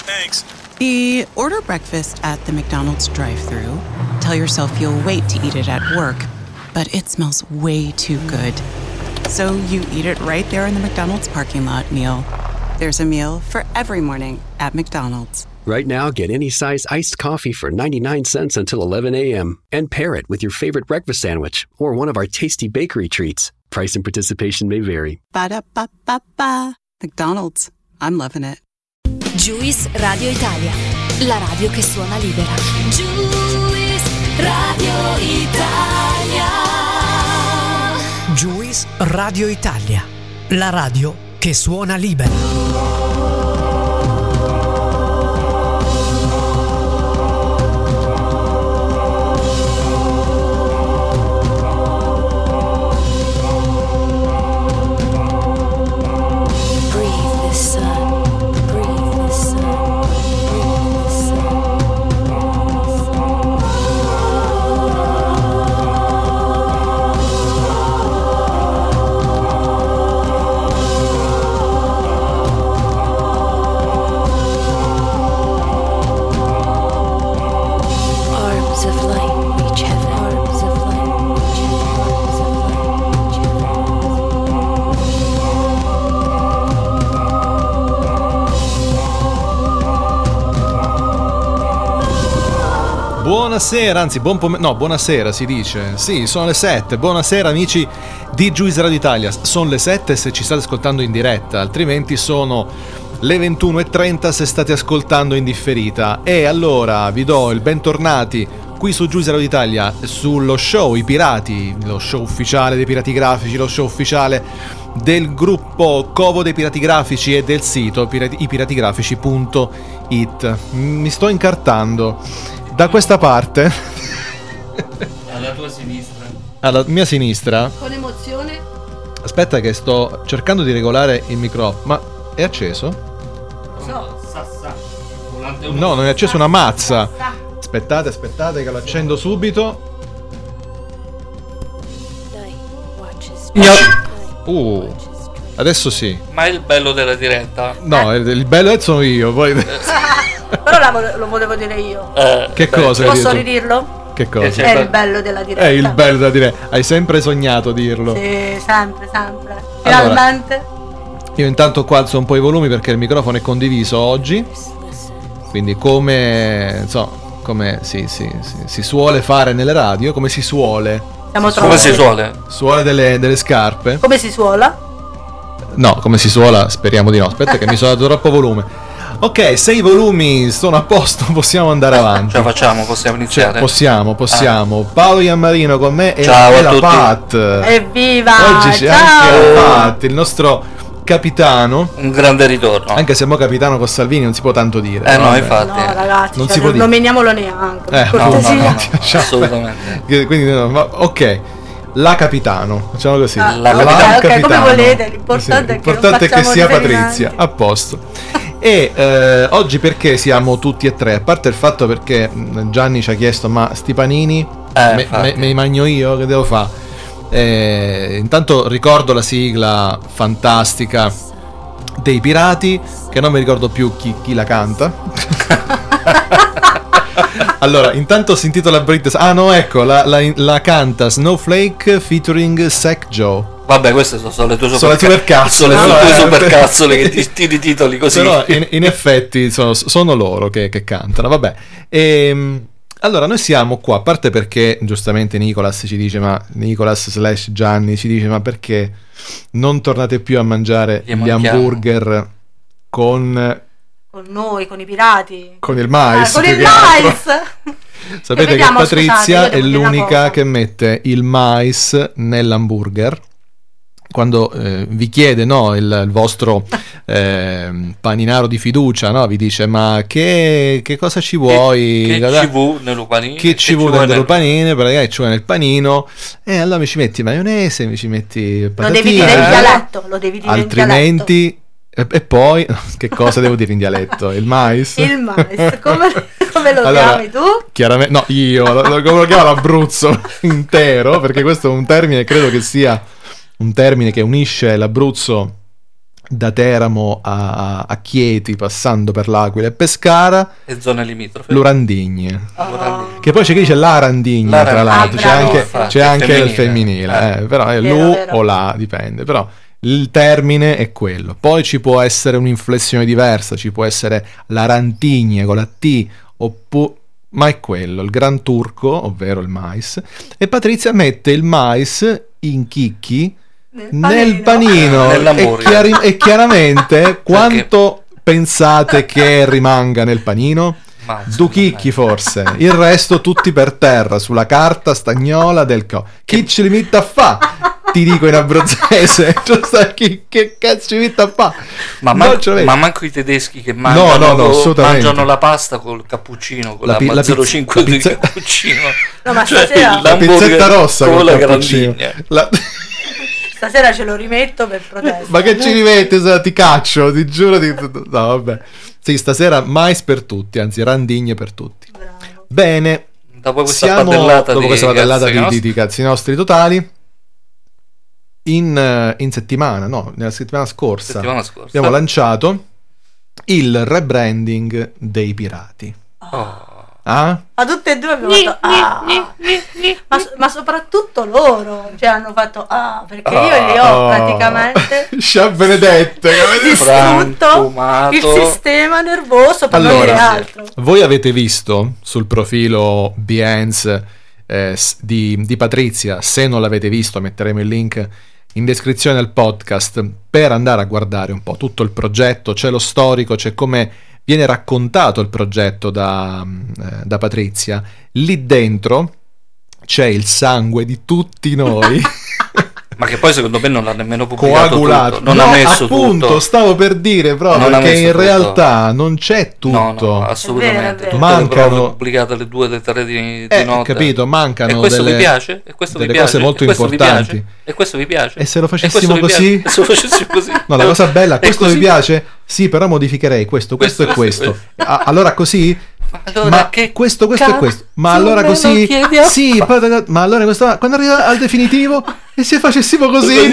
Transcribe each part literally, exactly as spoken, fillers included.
Thanks. The order breakfast at the McDonald's drive-thru. Tell yourself you'll wait to eat it at work, but it smells way too good. So you eat it right there in the McDonald's parking lot meal. There's a meal for every morning at McDonald's. Right now, get any size iced coffee for ninety-nine cents until eleven a.m. and pair it with your favorite breakfast sandwich or one of our tasty bakery treats. Price and participation may vary. Ba-da-ba-ba-ba. McDonald's. I'm loving it. Juice Radio Italia, la radio che suona libera. Juice Radio Italia. Juice Radio Italia, la radio che suona libera. Buonasera, anzi buon pom- no, buonasera si dice. Sì, sono le sette. Buonasera amici di Juice Radio Italia. Sono le sette se ci state ascoltando in diretta, altrimenti sono le ventuno e trenta se state ascoltando in differita. E allora vi do il bentornati qui su Juice Radio Italia sullo show I Pirati, lo show ufficiale dei Pirati Grafici, lo show ufficiale del gruppo Covo dei Pirati Grafici e del sito i piratigrafici punto it. Mi sto incartando. Da questa parte, alla tua sinistra, alla mia sinistra, con emozione. Aspetta che sto cercando di regolare il microfono. Ma è acceso? So. No, non è acceso, una mazza. Aspettate, aspettate che lo accendo subito. Uh, adesso sì. Ma è il bello della diretta? No, il, il bello è sono io. Poi... Però la vo- lo volevo dire io. Eh, che cosa? Posso ridirlo? Che cosa? È il bello della diretta. È il bello della diretta. Hai sempre sognato dirlo. Sì, sempre, sempre. Finalmente. Allora, io intanto qua alzo un po' i volumi perché il microfono è condiviso oggi. Quindi come, so, come si, si, si, si suole fare nelle radio, come si suole? Siamo come si suole? Suole delle, delle scarpe. Come si suola? No, come si suola? Speriamo di no. Aspetta che mi sono dato troppo volume. Ok, se i volumi sono a posto possiamo andare avanti. Ce la facciamo, possiamo iniziare. Cioè, possiamo, possiamo. Ah. Paolo Iammarino con me e, ciao e a la tutti. Pat. Evviva! Oggi c'è ciao. anche la Pat, il nostro capitano. Un grande ritorno. Anche se mo capitano con Salvini non si può tanto dire. Eh no, vabbè. infatti. No ragazzi, non cioè, si può dire. nominiamolo neanche. Eh, no, no, no, assolutamente. Quindi, no, ma, ok. La capitano, facciamo così. Ah, la okay, la okay, capitano. come volete, l'importante, sì, è, che, l'importante è che sia riferimenti. Patrizia, a posto. E eh, oggi perché siamo tutti e tre? A parte il fatto perché Gianni ci ha chiesto ma sti panini eh, me, me, me li mangio io? Che devo fare? Eh, intanto ricordo la sigla fantastica dei Pirati, che non mi ricordo più chi, chi la canta. Allora, intanto si intitola Brit. Ah no, ecco, la, la, la canta Snowflake featuring Sack Joe. Vabbè, queste sono, sono le tue sono supercazzole. Sono le tue supercazzole che ti stili titoli così. Però in, in effetti sono, sono loro che, che cantano, vabbè. E, allora, noi siamo qua, a parte perché giustamente Nicolas ci dice, ma Nicolas slash Gianni ci dice, ma perché non tornate più a mangiare gli, gli hamburger con... Con noi, con i pirati. Con il mais. Ah, con il mais. Sapete che, vediamo, che Patrizia scusate, è l'unica che mette il mais nell'hamburger. Quando eh, vi chiede, no, il, il vostro eh, paninaro di fiducia, no, vi dice ma che, che cosa ci vuoi? Che, che ci vuoi nello panino? Che ci vuoi nello panino? Perché ci vuoi nel panino? E allora mi ci metti maionese, mi ci metti patatine. Lo devi dire in dialetto, lo devi dire altrimenti, in dialetto. E, e poi, che cosa devo dire in dialetto? Il mais? Il mais, come, come lo allora, chiami tu? Chiaramente, no, io, lo, lo, come lo chiamo l'Abruzzo intero, perché questo è un termine, credo che sia un termine che unisce l'Abruzzo da Teramo a, a Chieti, passando per l'Aquila e Pescara, e zone limitrofe. Lurandigne. Oh. Che poi c'è chi dice Larandigne, Larandigne. tra l'altro, Ah, c'è bravo, anche, infatti, c'è anche il femminile. femminile, eh, però è Vero, Lu vero. o La, dipende, però il termine è quello. Poi ci può essere un'inflessione diversa, ci può essere Larantigne con la T, oppu- ma è quello, il Gran Turco, ovvero il mais. E Patrizia mette il mais in chicchi nel panino, e, Nell'hamburger. chiari- e chiaramente quanto pensate che rimanga nel panino? Ma, Due chicchi forse, il resto tutti per terra sulla carta stagnola del co. Chi ce li mette a fa? Ti dico in abruzzese, cioè, chi, che cazzo ci mette a fa? Ma, Non man- ce l'avete. ma manco i tedeschi che mangiano, no, no, assolutamente. mangiano la pasta col cappuccino, con La la, pi- la zero pizz- cinque la di pizza- cappuccino. No, ma Cioè, stasera- La l'hamburger pizzetta rossa con con la il cappuccino. grandigna. La- Stasera ce lo rimetto per protesta. Ma che ci rimetti? Se ti caccio, ti giuro. Di... No, vabbè. Sì, stasera mais per tutti, anzi randigne per tutti. Bravo. Bene, Dopo questa siamo padellata dopo di questa padellata cazzi di, nostri. di, di cazzi nostri totali. In, eh, in settimana, no, nella settimana scorsa, Settimana scorsa. abbiamo lanciato il rebranding dei pirati. Oh. Ah? Ma tutte e due abbiamo fatto ah, ma, ma soprattutto loro, cioè hanno fatto ah, perché io li ho Oh. praticamente Scia benedette. distrutto frantumato. il sistema nervoso, per non Allora, dire altro. voi avete visto sul profilo Behance eh, s- di, di Patrizia, se non l'avete visto metteremo il link in descrizione al podcast per andare a guardare un po' tutto il progetto, c'è lo storico, c'è come viene raccontato il progetto da, eh, da Patrizia. Lì dentro c'è il sangue di tutti noi Ma che poi secondo me non l'ha nemmeno pubblicato coagulato. tutto. Non No, ha messo appunto, tutto. stavo per dire proprio Non ha che messo in tutto. realtà non c'è tutto. No, no, assolutamente. È vero, è vero. Tutte Mancano- le prove pubblicate alle due alle tre di, di Eh, notte. capito, mancano E questo delle- vi piace? E questo vi delle piace? cose molto E questo vi importanti. piace? E questo vi piace? E se lo E questo facessimo vi così? piace? E se lo facessimo così? No, la cosa bella, E questo così? vi piace? Sì, però modificherei questo, questo, Questo, e questo, questo. Ah, allora così? Ma allora Ma che questo, questo e questo. Ma cazzo allora me lo così? chiedi a Sì, fare? poi- ma allora questo, quando arriva al definitivo e se facessimo così? Così?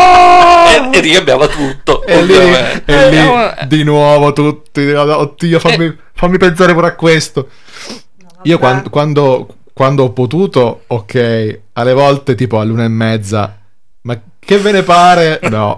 No! E, e ricambiava tutto. E lì, ovviamente. e lì Eh, di nuovo tutti. Oddio, fammi, fammi pensare pure a questo. No, Io vabbè. quando, quando, quando ho potuto, ok, alle volte tipo all'una e mezza, ma che ve ne pare? No.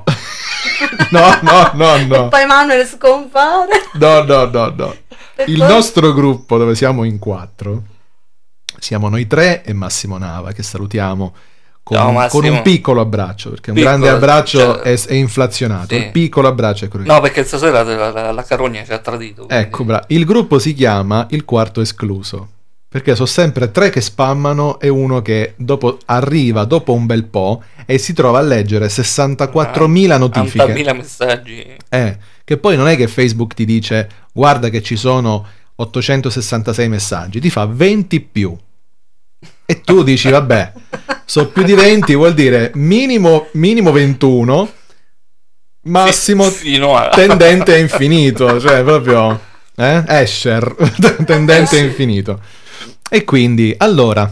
No, no, no, E no. poi Manuel scompare. No, no, no, no. E Il poi- nostro gruppo, dove siamo in quattro, siamo noi tre e Massimo Nava, che salutiamo con, Ciao, un, Massimo. con un piccolo abbraccio, perché un Piccolo, grande abbraccio cioè- è, è inflazionato. Sì. Il piccolo abbraccio è quello che- No, perché stasera la, la, la carogna ci ha tradito. quindi- Ecco, bra- il gruppo si chiama Il Quarto Escluso, perché sono sempre tre che spammano e uno che dopo arriva dopo un bel po' e si trova a leggere sessantaquattromila notifiche. ottantamila messaggi. Eh, che poi non è che Facebook ti dice guarda che ci sono ottocentosessantasei messaggi, ti fa venti più. E tu dici vabbè, so più di venti, vuol dire minimo, minimo ventuno, massimo Fino a... tendente a infinito, cioè proprio eh? Escher, tendente a infinito. E quindi, allora,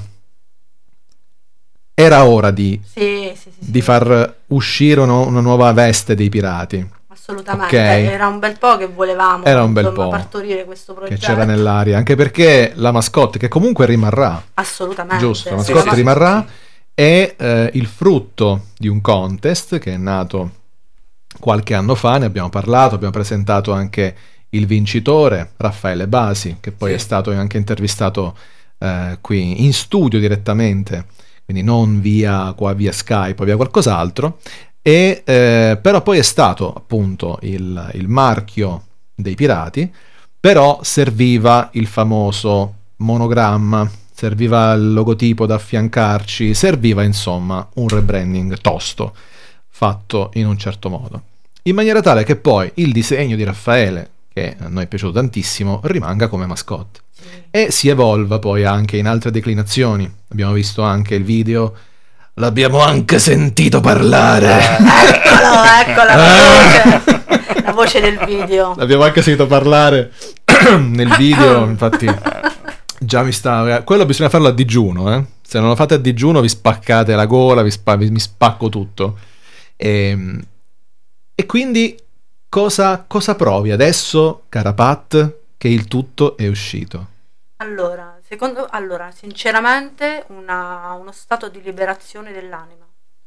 era ora di, Sì, sì, sì, sì. di far uscire uno- una nuova veste dei pirati, Assolutamente. Ok. Era un bel po' che volevamo Era un bel insomma, po' partorire questo che progetto. c'era nell'aria, anche perché la mascotte, che comunque rimarrà, Assolutamente. giusto, la Sì, mascotte sì, rimarrà, sì. è eh, il frutto di un contest che è nato qualche anno fa, ne abbiamo parlato, abbiamo presentato anche il vincitore, Raffaele Basi, che poi Sì. è stato anche intervistato eh, qui in studio direttamente, quindi non via, qua, via Skype o via qualcos'altro, e, eh, però poi è stato appunto il, il marchio dei pirati, però serviva il famoso monogramma, serviva il logotipo da affiancarci, serviva insomma un rebranding tosto, fatto in un certo modo, in maniera tale che poi il disegno di Raffaele, che a noi è piaciuto tantissimo, rimanga come mascotte e si evolva poi anche in altre declinazioni. Abbiamo visto anche il video, l'abbiamo anche sentito parlare, Eccolo, eccola la voce. La voce del video. l'abbiamo anche sentito parlare nel video, infatti già mi sta, quello bisogna farlo a digiuno, eh? Se non lo fate a digiuno vi spaccate la gola, vi, spa... vi mi spacco tutto. E, e quindi cosa, cosa provi adesso, cara Pat, che il tutto è uscito? Allora, secondo, allora sinceramente una- uno stato di liberazione dell'anima,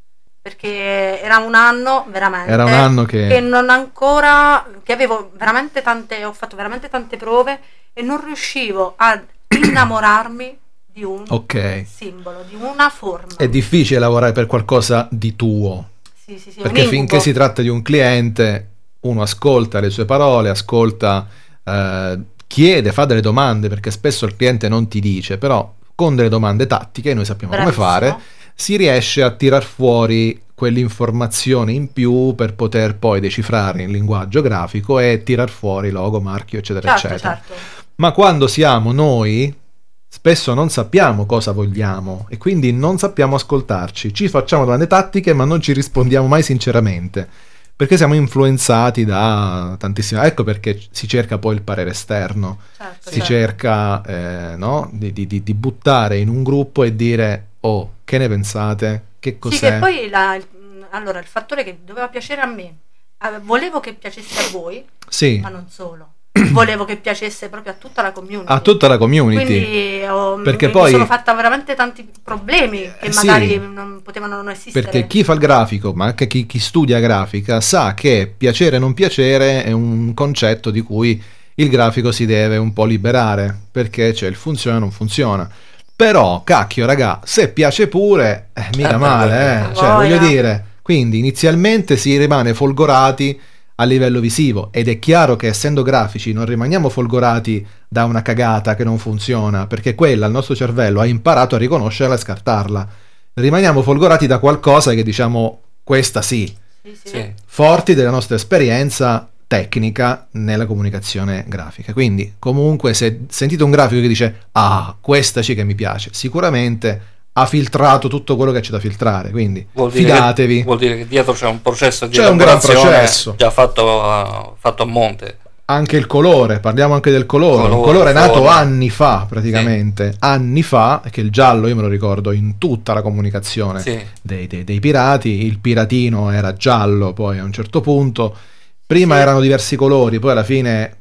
perché era un anno veramente Era un anno che- che non ancora, che avevo veramente tante, ho fatto veramente tante prove e non riuscivo ad innamorarmi di un Ok. simbolo, di una forma. È difficile lavorare per qualcosa di tuo, Sì, sì, sì, perché un finché incubo. si tratta di un cliente, uno ascolta le sue parole, ascolta, eh, chiede, fa delle domande, perché spesso il cliente non ti dice, però con delle domande tattiche, noi sappiamo Bravissimo. come fare, si riesce a tirar fuori quell'informazione in più per poter poi decifrare in linguaggio grafico e tirar fuori logo, marchio, eccetera, Certo, eccetera. certo. Ma quando siamo noi, spesso non sappiamo cosa vogliamo e quindi non sappiamo ascoltarci. Ci facciamo domande tattiche, ma non ci rispondiamo mai sinceramente, perché siamo influenzati da tantissime... Ecco perché si cerca poi il parere esterno. Certo, Si certo. cerca eh, no? di, di- di- di buttare in un gruppo e dire: oh, che ne pensate? Che Sì, cos'è? che poi la- il- allora il fattore che doveva piacere a me, eh, volevo che piacesse a voi, Sì, ma non solo, volevo che piacesse proprio a tutta la community. a tutta la community. Quindi ho, Perché mi, poi- mi sono fatta veramente tanti problemi che Eh, sì. magari non potevano non esistere. Perché chi fa il grafico, ma anche chi, chi studia grafica, sa che piacere e non piacere è un concetto di cui il grafico si deve un po' liberare, perché c'è il funziona e non funziona. Però, cacchio, raga, se piace pure, eh, mica Eh, male, eh. beh, Cioè, voglia. voglio dire, quindi inizialmente si rimane folgorati a livello visivo, ed è chiaro che essendo grafici non rimaniamo folgorati da una cagata che non funziona, perché quella il nostro cervello ha imparato a riconoscerla e scartarla. Rimaniamo folgorati da qualcosa che diciamo: questa sì, Sì, sì. Sì. forti della nostra esperienza tecnica nella comunicazione grafica. Quindi comunque se sentite un grafico che dice: ah, questa sì che mi piace, sicuramente ha filtrato tutto quello che c'è da filtrare, quindi Vuol dire fidatevi. Che, vuol dire che dietro c'è un processo di C'è un gran elaborazione processo. già fatto a, fatto a monte. Anche il colore, parliamo anche del colore. Colore, un colore nato forma. anni fa, praticamente anni fa, che il giallo io me lo ricordo in tutta la comunicazione Sì. dei, dei- dei pirati. Il piratino era giallo, poi a un certo punto prima Sì. erano diversi colori, poi alla fine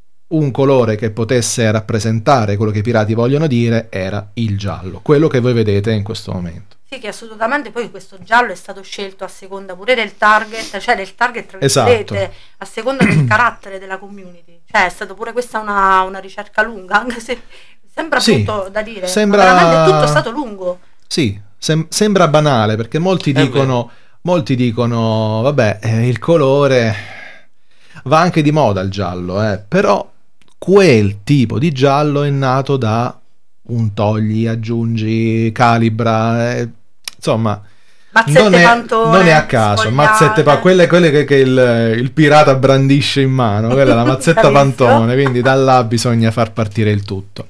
un colore che potesse rappresentare quello che i pirati vogliono dire era il giallo, quello che voi vedete in questo momento. Sì, che assolutamente poi questo giallo è stato scelto a seconda pure del target, cioè del target tra Esatto. virgolette, a seconda del carattere della community. Cioè è stata pure questa una, una ricerca lunga, anche se sembra Sì, brutto da dire, sembra- ma veramente tutto è stato lungo. Sì, sem- sembra banale, perché molti È dicono, molti dicono, vabbè, eh, il colore va anche di moda il giallo, eh, però quel tipo di giallo è nato da un togli, aggiungi, calibra, eh, insomma, Mazzette non è, pantone, non è a caso, sfogliate. mazzette pa- quelle, quelle che, che il, il pirata brandisce in mano, quella è la mazzetta Bravissimo. pantone, quindi da là bisogna far partire il tutto.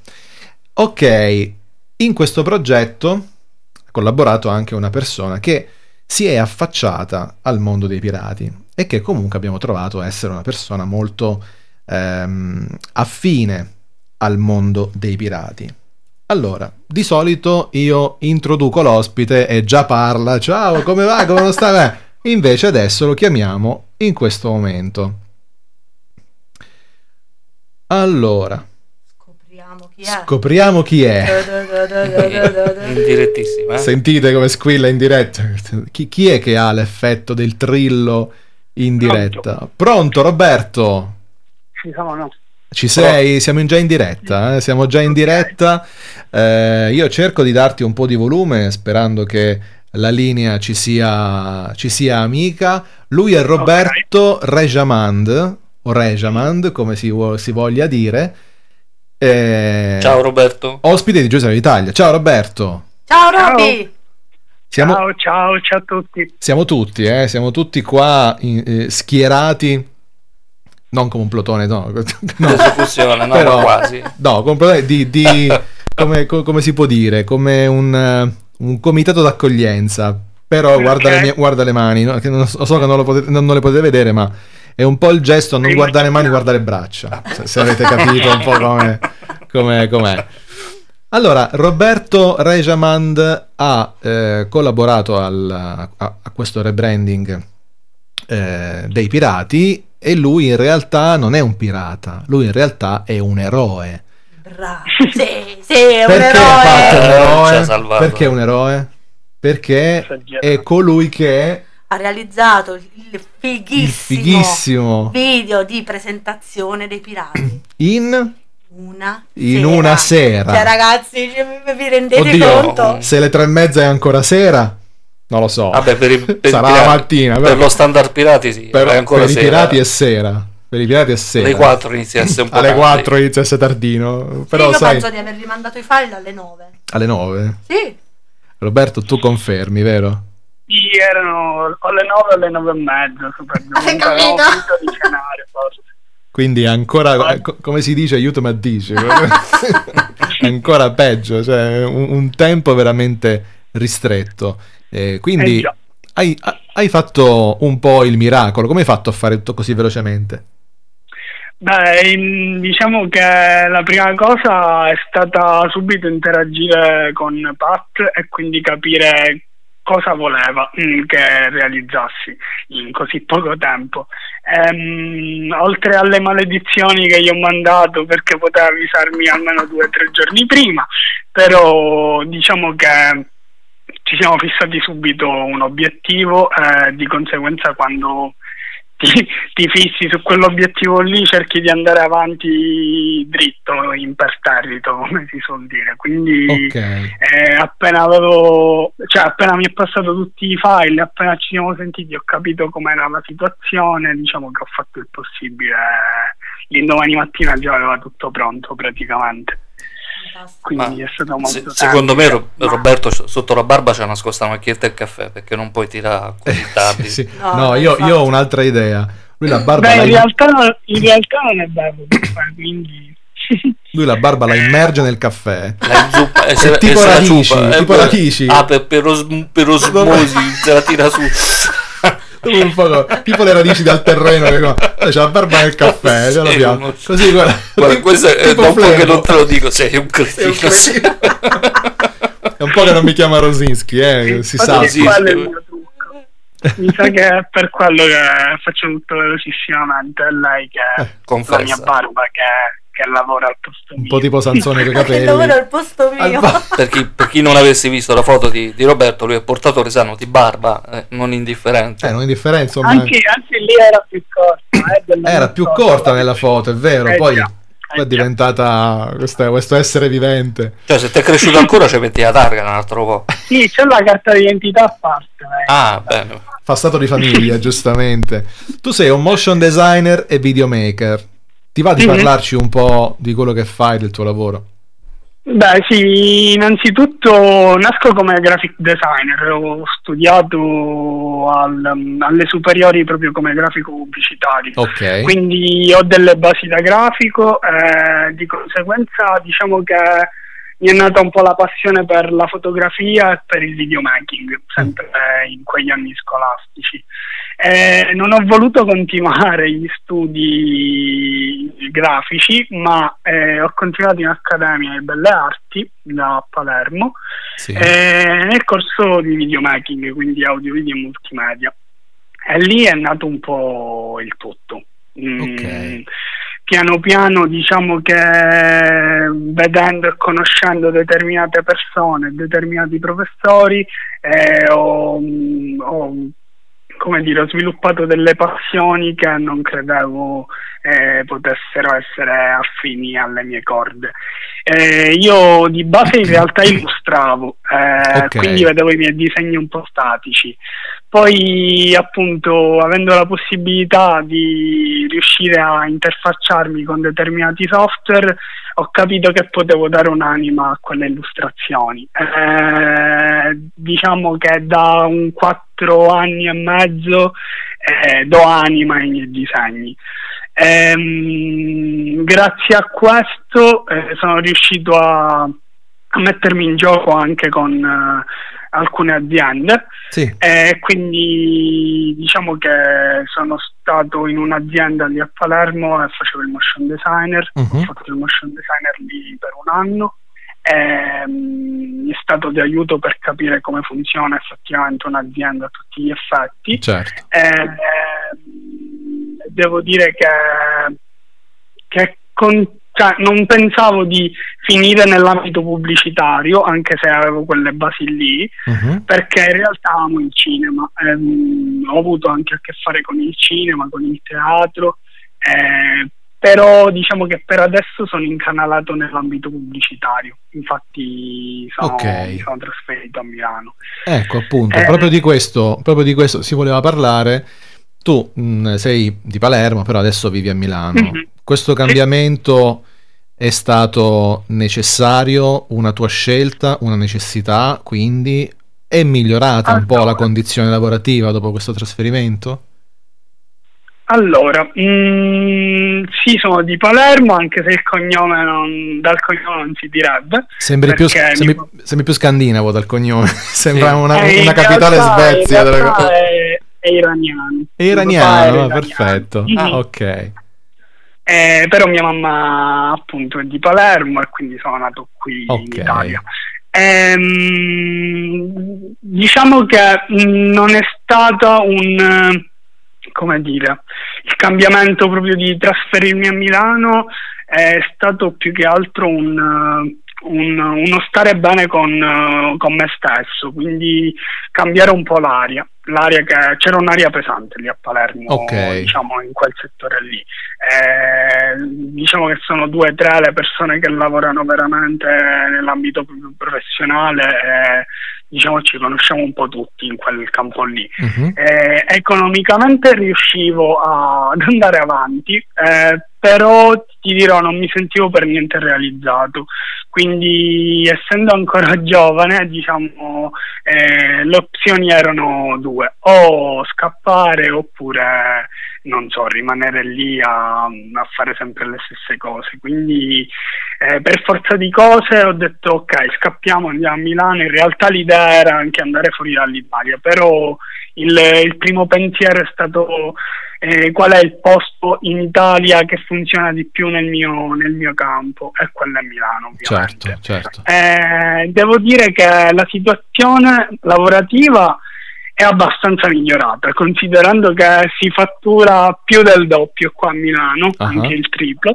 Ok, in questo progetto ha collaborato anche una persona che si è affacciata al mondo dei pirati e che comunque abbiamo trovato essere una persona molto ehm, affine al mondo dei pirati. Allora, di solito io introduco l'ospite e già parla: ciao, come va, come non sta? Beh, invece adesso lo chiamiamo in questo momento. Allora, Scopriamo chi è. scopriamo chi è. Indirettissima. Eh? Sentite come squilla in diretta. Chi, chi è che ha l'effetto del trillo in diretta? Pronto, Roberto? Ci sono, no? Ci sei? Siamo in- già in diretta, eh? Siamo già in diretta. Eh, io cerco di darti un po' di volume sperando che la linea ci sia, ci sia amica. Lui è Roberto Rejamand, o Rejamand, come si, vuo- si voglia dire. Eh, Ciao Roberto. Ospite di Giuseppe d'Italia. Ciao Roberto. Ciao Robby! Siamo, Ciao, ciao, ciao a tutti. siamo tutti, eh? Siamo tutti qua in- eh, schierati. Non come un plotone, no. no. Esecuzione, no, Però- ma quasi. No, come, un plotone di, di- come, co- come si può dire? Come un, eh, un comitato d'accoglienza. Però Ok. guarda, le mie- guarda le mani, no? Che non, so so che non, lo potete- non- non le potete vedere, ma è un po' il gesto: non Sì, guardare le mani, no. guardare le braccia. Se, se avete capito un po' come, come, com'è. Allora, Roberto Rejamand ha eh, collaborato al- a, a questo rebranding eh, dei pirati e lui in realtà non è un pirata, lui in realtà è un eroe. Bravo. Sì, sì, è un Perché ha fatto un eroe. eroe? Perché è un eroe? Perché è colui che ha realizzato il fighissimo, il fighissimo video di presentazione dei pirati in una in sera. una sera. Cioè, ragazzi, vi rendete Oddio, conto? se le tre e mezza è ancora sera, non lo so. Vabbè, per, i, per sarà i pirati, la mattina. Per però. lo standard pirati sì, Per, è ancora per i sera. pirati è sera. Per i pirati è sera. Alle quattro inizia a essere un po' Alle tardi. quattro inizia a essere tardino. Però sì, io sai, penso di aver rimandato i file alle nove. alle nove. Sì. Roberto, tu confermi, vero? Sì, erano alle nove alle nove e mezza. Hai capito? Finito di cenare, forse. Quindi ancora, co- come si dice, aiutami a dice. Ancora peggio, cioè un, un tempo veramente ristretto. Eh, quindi Eh già. hai, hai fatto un po' il miracolo. Come hai fatto a fare tutto così velocemente? Beh, in- diciamo che la prima cosa è stata subito interagire con Pat e quindi capire cosa voleva mm, che realizzassi in così poco tempo. Ehm, oltre alle maledizioni che gli ho mandato perché poteva avvisarmi almeno due o tre giorni prima, però diciamo che ci siamo fissati subito un obiettivo e di conseguenza quando Ti, ti fissi su quell'obiettivo lì, cerchi di andare avanti dritto, imperterrito, come si suol dire. Quindi Ok. eh, appena avevo, cioè appena mi è passato tutti i file, appena ci siamo sentiti, ho capito com'era la situazione, diciamo che ho fatto il possibile. L'indomani mattina già aveva tutto pronto praticamente. Quindi Ma è stato molto se- semplice. secondo me Ro- Ma- Roberto sotto la barba c'è nascosta una macchietta del caffè perché non puoi tirare così tardi. Sì, sì. No, No, no, io, infatti. io ho un'altra idea. Lui la barba Beh, la in im- realtà, in realtà non è bello, quindi lui la barba la immerge nel caffè. La zuppa, e È se- tipo e se la radici, ciupa, tipo eh, radici. Ah, per, per, os- per osmosi se la tira su. Un po' tipo le radici dal terreno che qua- c'è la barba nel caffè, ce l'abbiamo. non- Così guarda, Guarda, tipo- questo è tipo dopo che Flemo. non te lo dico, sei un Sei un cretino. cretino. È un po' che non mi chiama Rosinski, eh, si sa. Infatti sì, quello è sì. il mio trucco. Mi sa che è per quello che faccio tutto velocissimamente. È lei che è la confessa. mia barba che, che lavora al posto Un mio. po' tipo Sansone con i Che lavoro capelli. al posto mio. Al- Per chi, per chi non avesse visto la foto di, di Roberto, lui è portatore sano di barba, eh, non indifferente. Eh, non è indifferenza, insomma. Anche, anche lì era più corta. Eh, della Era mia più cosa. corta nella foto, è vero. Eh Poi, già, poi eh è diventata questa- questo essere vivente. Cioè, se ti è cresciuto ancora, ci metti la targa un altro po'. Sì, c'è la carta di identità a parte. eh. Ah, bene. Fa stato di famiglia, giustamente. Tu sei un motion designer e videomaker. Ti va di Mhm. parlarci un po' di quello che fai, del tuo lavoro? Beh, sì, innanzitutto nasco come graphic designer, ho studiato al- alle superiori proprio come grafico pubblicitario, Ok. quindi ho delle basi da grafico e di conseguenza diciamo che mi è nata un po' la passione per la fotografia e per il videomaking, sempre in quegli anni scolastici. Eh, non ho voluto continuare gli studi grafici, ma eh, ho continuato in Accademia di Belle Arti da Palermo Sì. eh, nel corso di videomaking, quindi audio, video e multimedia. E lì è nato un po' il tutto. Mm, Ok. Piano piano diciamo che vedendo e conoscendo determinate persone, determinati professori, eh, ho, ho come dire, ho sviluppato delle passioni che non credevo eh, potessero essere affini alle mie corde. Eh, io di base in realtà illustravo, eh, Ok. quindi vedevo i miei disegni un po' statici. Poi appunto avendo la possibilità di riuscire a interfacciarmi con determinati software, ho capito che potevo dare un'anima a quelle illustrazioni. Eh, diciamo che da un quattro anni e mezzo eh, do anima ai miei disegni. Ehm, grazie a questo eh, sono riuscito a, a mettermi in gioco anche con eh, alcune aziende. Sì. E quindi diciamo che sono stato in un'azienda lì a Palermo e facevo il motion designer. Mhm. Ho fatto il motion designer lì per un anno e mm, mi è stato di aiuto per capire come funziona effettivamente un'azienda a tutti gli effetti. Certo. Eh, ehm, è devo dire che, che con, cioè, non pensavo di finire nell'ambito pubblicitario, anche se avevo quelle basi lì, uh-huh. perché in realtà amo il cinema, ehm, ho avuto anche a che fare con il cinema, con il teatro, eh, però diciamo che per adesso sono incanalato nell'ambito pubblicitario, infatti sono, okay. mi sono trasferito a Milano. Ecco, appunto, eh, proprio di questo proprio di questo si voleva parlare. Tu mh, sei di Palermo, però adesso vivi a Milano. Mm-hmm. Questo cambiamento sì. è stato necessario, una tua scelta, una necessità, quindi è migliorata allora. un po' la condizione lavorativa dopo questo trasferimento? Allora, mh, sì, sono di Palermo, anche se il cognome non, dal cognome non si direbbe. Sembri più, sembri, mi... sembri più scandinavo dal cognome, sembra sì. una, eh, una capitale realtà, Svezia. Della... È, è iraniano. È iraniano, iraniano. perfetto. Mm-hmm. Ah, ok. Eh, però mia mamma appunto è di Palermo e quindi sono nato qui okay. in Italia. Ehm, diciamo che mh, non è stata un... come dire, il cambiamento proprio di trasferirmi a Milano è stato più che altro un, un, uno stare bene con, con me stesso, quindi cambiare un po' l'aria, l'aria che c'era un'aria pesante lì a Palermo, okay. diciamo in quel settore lì. Eh, diciamo che sono due o tre le persone che lavorano veramente nell'ambito professionale e diciamo ci conosciamo un po' tutti in quel campo lì. Uh-huh. Eh, economicamente riuscivo a, ad andare avanti, eh, però ti dirò non mi sentivo per niente realizzato, quindi essendo ancora giovane diciamo eh, le opzioni erano due: o scappare oppure non so, rimanere lì a, a fare sempre le stesse cose. Quindi eh, per forza di cose ho detto ok, scappiamo, andiamo a Milano. In realtà l'idea era anche andare fuori dall'Italia, però il, il primo pensiero è stato eh, qual è il posto in Italia che funziona di più nel mio, nel mio campo, e quello è Milano ovviamente. Certo, certo. Eh, devo dire che la situazione lavorativa è abbastanza migliorata, considerando che si fattura più del doppio qua a Milano, uh-huh. anche il triplo,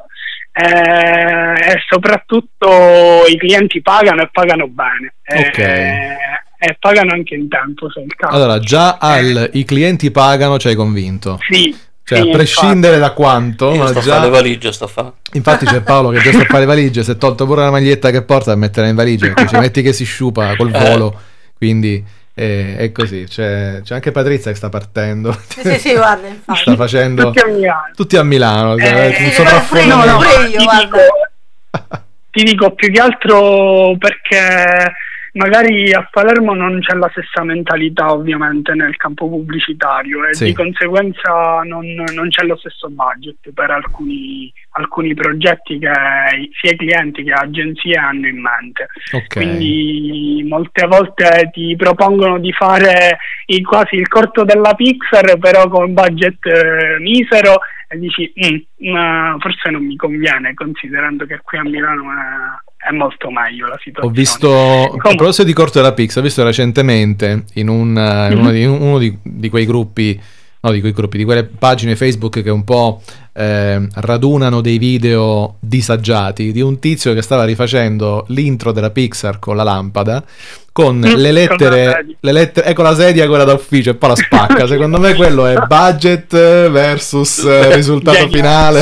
eh, e soprattutto i clienti pagano e pagano bene, okay. eh, e pagano anche in tempo se il caso. Allora già al eh. i clienti pagano ci hai convinto? Sì. Cioè sì, a prescindere infatti. da quanto, io ma sto già... a fare le valigie, sto a fare. Infatti c'è Paolo che già sta a fare le valigie, si è tolto pure la maglietta che porta a mettere in valigia, perché ci metti che si sciupa col volo, eh. quindi è, è così. C'è, c'è anche Patrizia che sta partendo. Sì, sì, sì, guarda, infatti. Sta facendo tutti a Milano. Tutti a Milano, eh, un sovraffollamento. No, no, io, ti, dico, ti dico più che altro perché magari a Palermo non c'è la stessa mentalità ovviamente nel campo pubblicitario e sì. di conseguenza non, non c'è lo stesso budget per alcuni, alcuni progetti che sia i clienti che agenzie hanno in mente. Okay. Quindi molte volte ti propongono di fare il, quasi il corto della Pixar, però con budget eh, misero, e dici mm, forse non mi conviene, considerando che qui a Milano è è molto meglio la situazione. Ho visto, Come... a proposito di corto della Pixar, ho visto recentemente in, un, mm-hmm. in uno, di, uno di, di quei gruppi, no di quei gruppi, di quelle pagine Facebook che un po' eh, radunano dei video disagiati, di un tizio che stava rifacendo l'intro della Pixar con la lampada, con mm, le lettere, le lettere, ecco la sedia quella da ufficio e poi la spacca. Secondo me quello è budget versus risultato finale.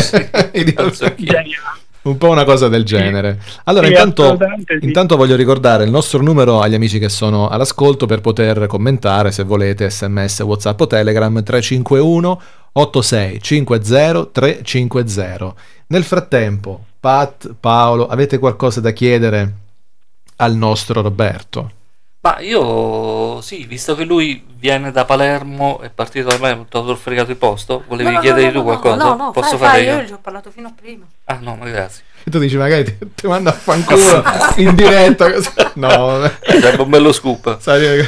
Geniale. Un po' una cosa del genere. Allora, sì, intanto, sì. intanto voglio ricordare il nostro numero agli amici che sono all'ascolto per poter commentare, se volete, sms, WhatsApp o Telegram, tre cinque uno otto sei cinque zero tre cinque zero. Nel frattempo, Pat, Paolo, avete qualcosa da chiedere al nostro Roberto? Ma io sì, visto che lui viene da Palermo, è partito da me, ti ho fregato il posto, volevi no, no, chiedergli no, tu no, qualcosa? No, no, posso fai, fare fai, io? Io ci ho parlato fino a prima. Ah no, ma grazie. E tu dici magari ti, ti manda a fanculo in diretta. No, sarebbe un bello scoop. Sai...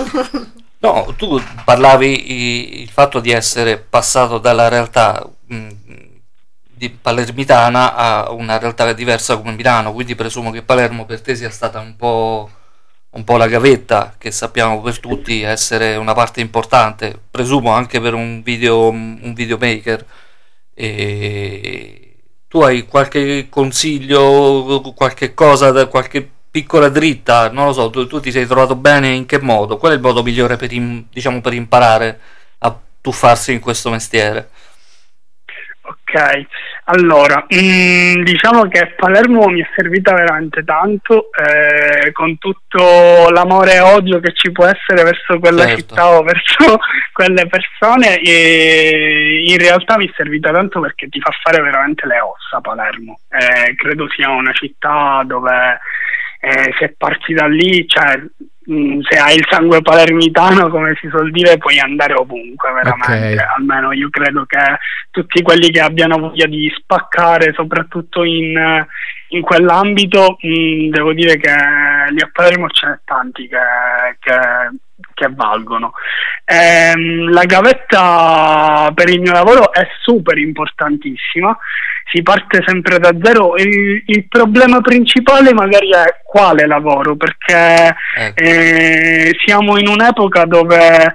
No, tu parlavi il fatto di essere passato dalla realtà mh, di palermitana a una realtà diversa come Milano, quindi presumo che Palermo per te sia stata un po'... un po' la gavetta, che sappiamo per tutti essere una parte importante, presumo anche per un video un videomaker, E tu hai qualche consiglio, qualche cosa, qualche piccola dritta, non lo so, tu, tu ti sei trovato bene, in che modo? Qual è il modo migliore per, im- diciamo, per imparare a tuffarsi in questo mestiere? Ok, allora, mh, diciamo che Palermo mi è servita veramente tanto, eh, con tutto l'amore e odio che ci può essere verso quella Certo. città o verso quelle persone, e in realtà mi è servita tanto perché ti fa fare veramente le ossa Palermo. Eh, credo sia una città dove eh, se parti da lì, cioè, mh, se hai il sangue palermitano, come si suol dire, puoi andare ovunque veramente. Ok. Almeno io credo che tutti quelli che abbiano voglia di spaccare, soprattutto in, in quell'ambito, mh, devo dire che lì a Palermo ce n'è tanti che, che, che valgono. Ehm, la gavetta per il mio lavoro è super importantissima, si parte sempre da zero. Il, il problema principale magari è quale lavoro, perché Ecco. eh, siamo in un'epoca dove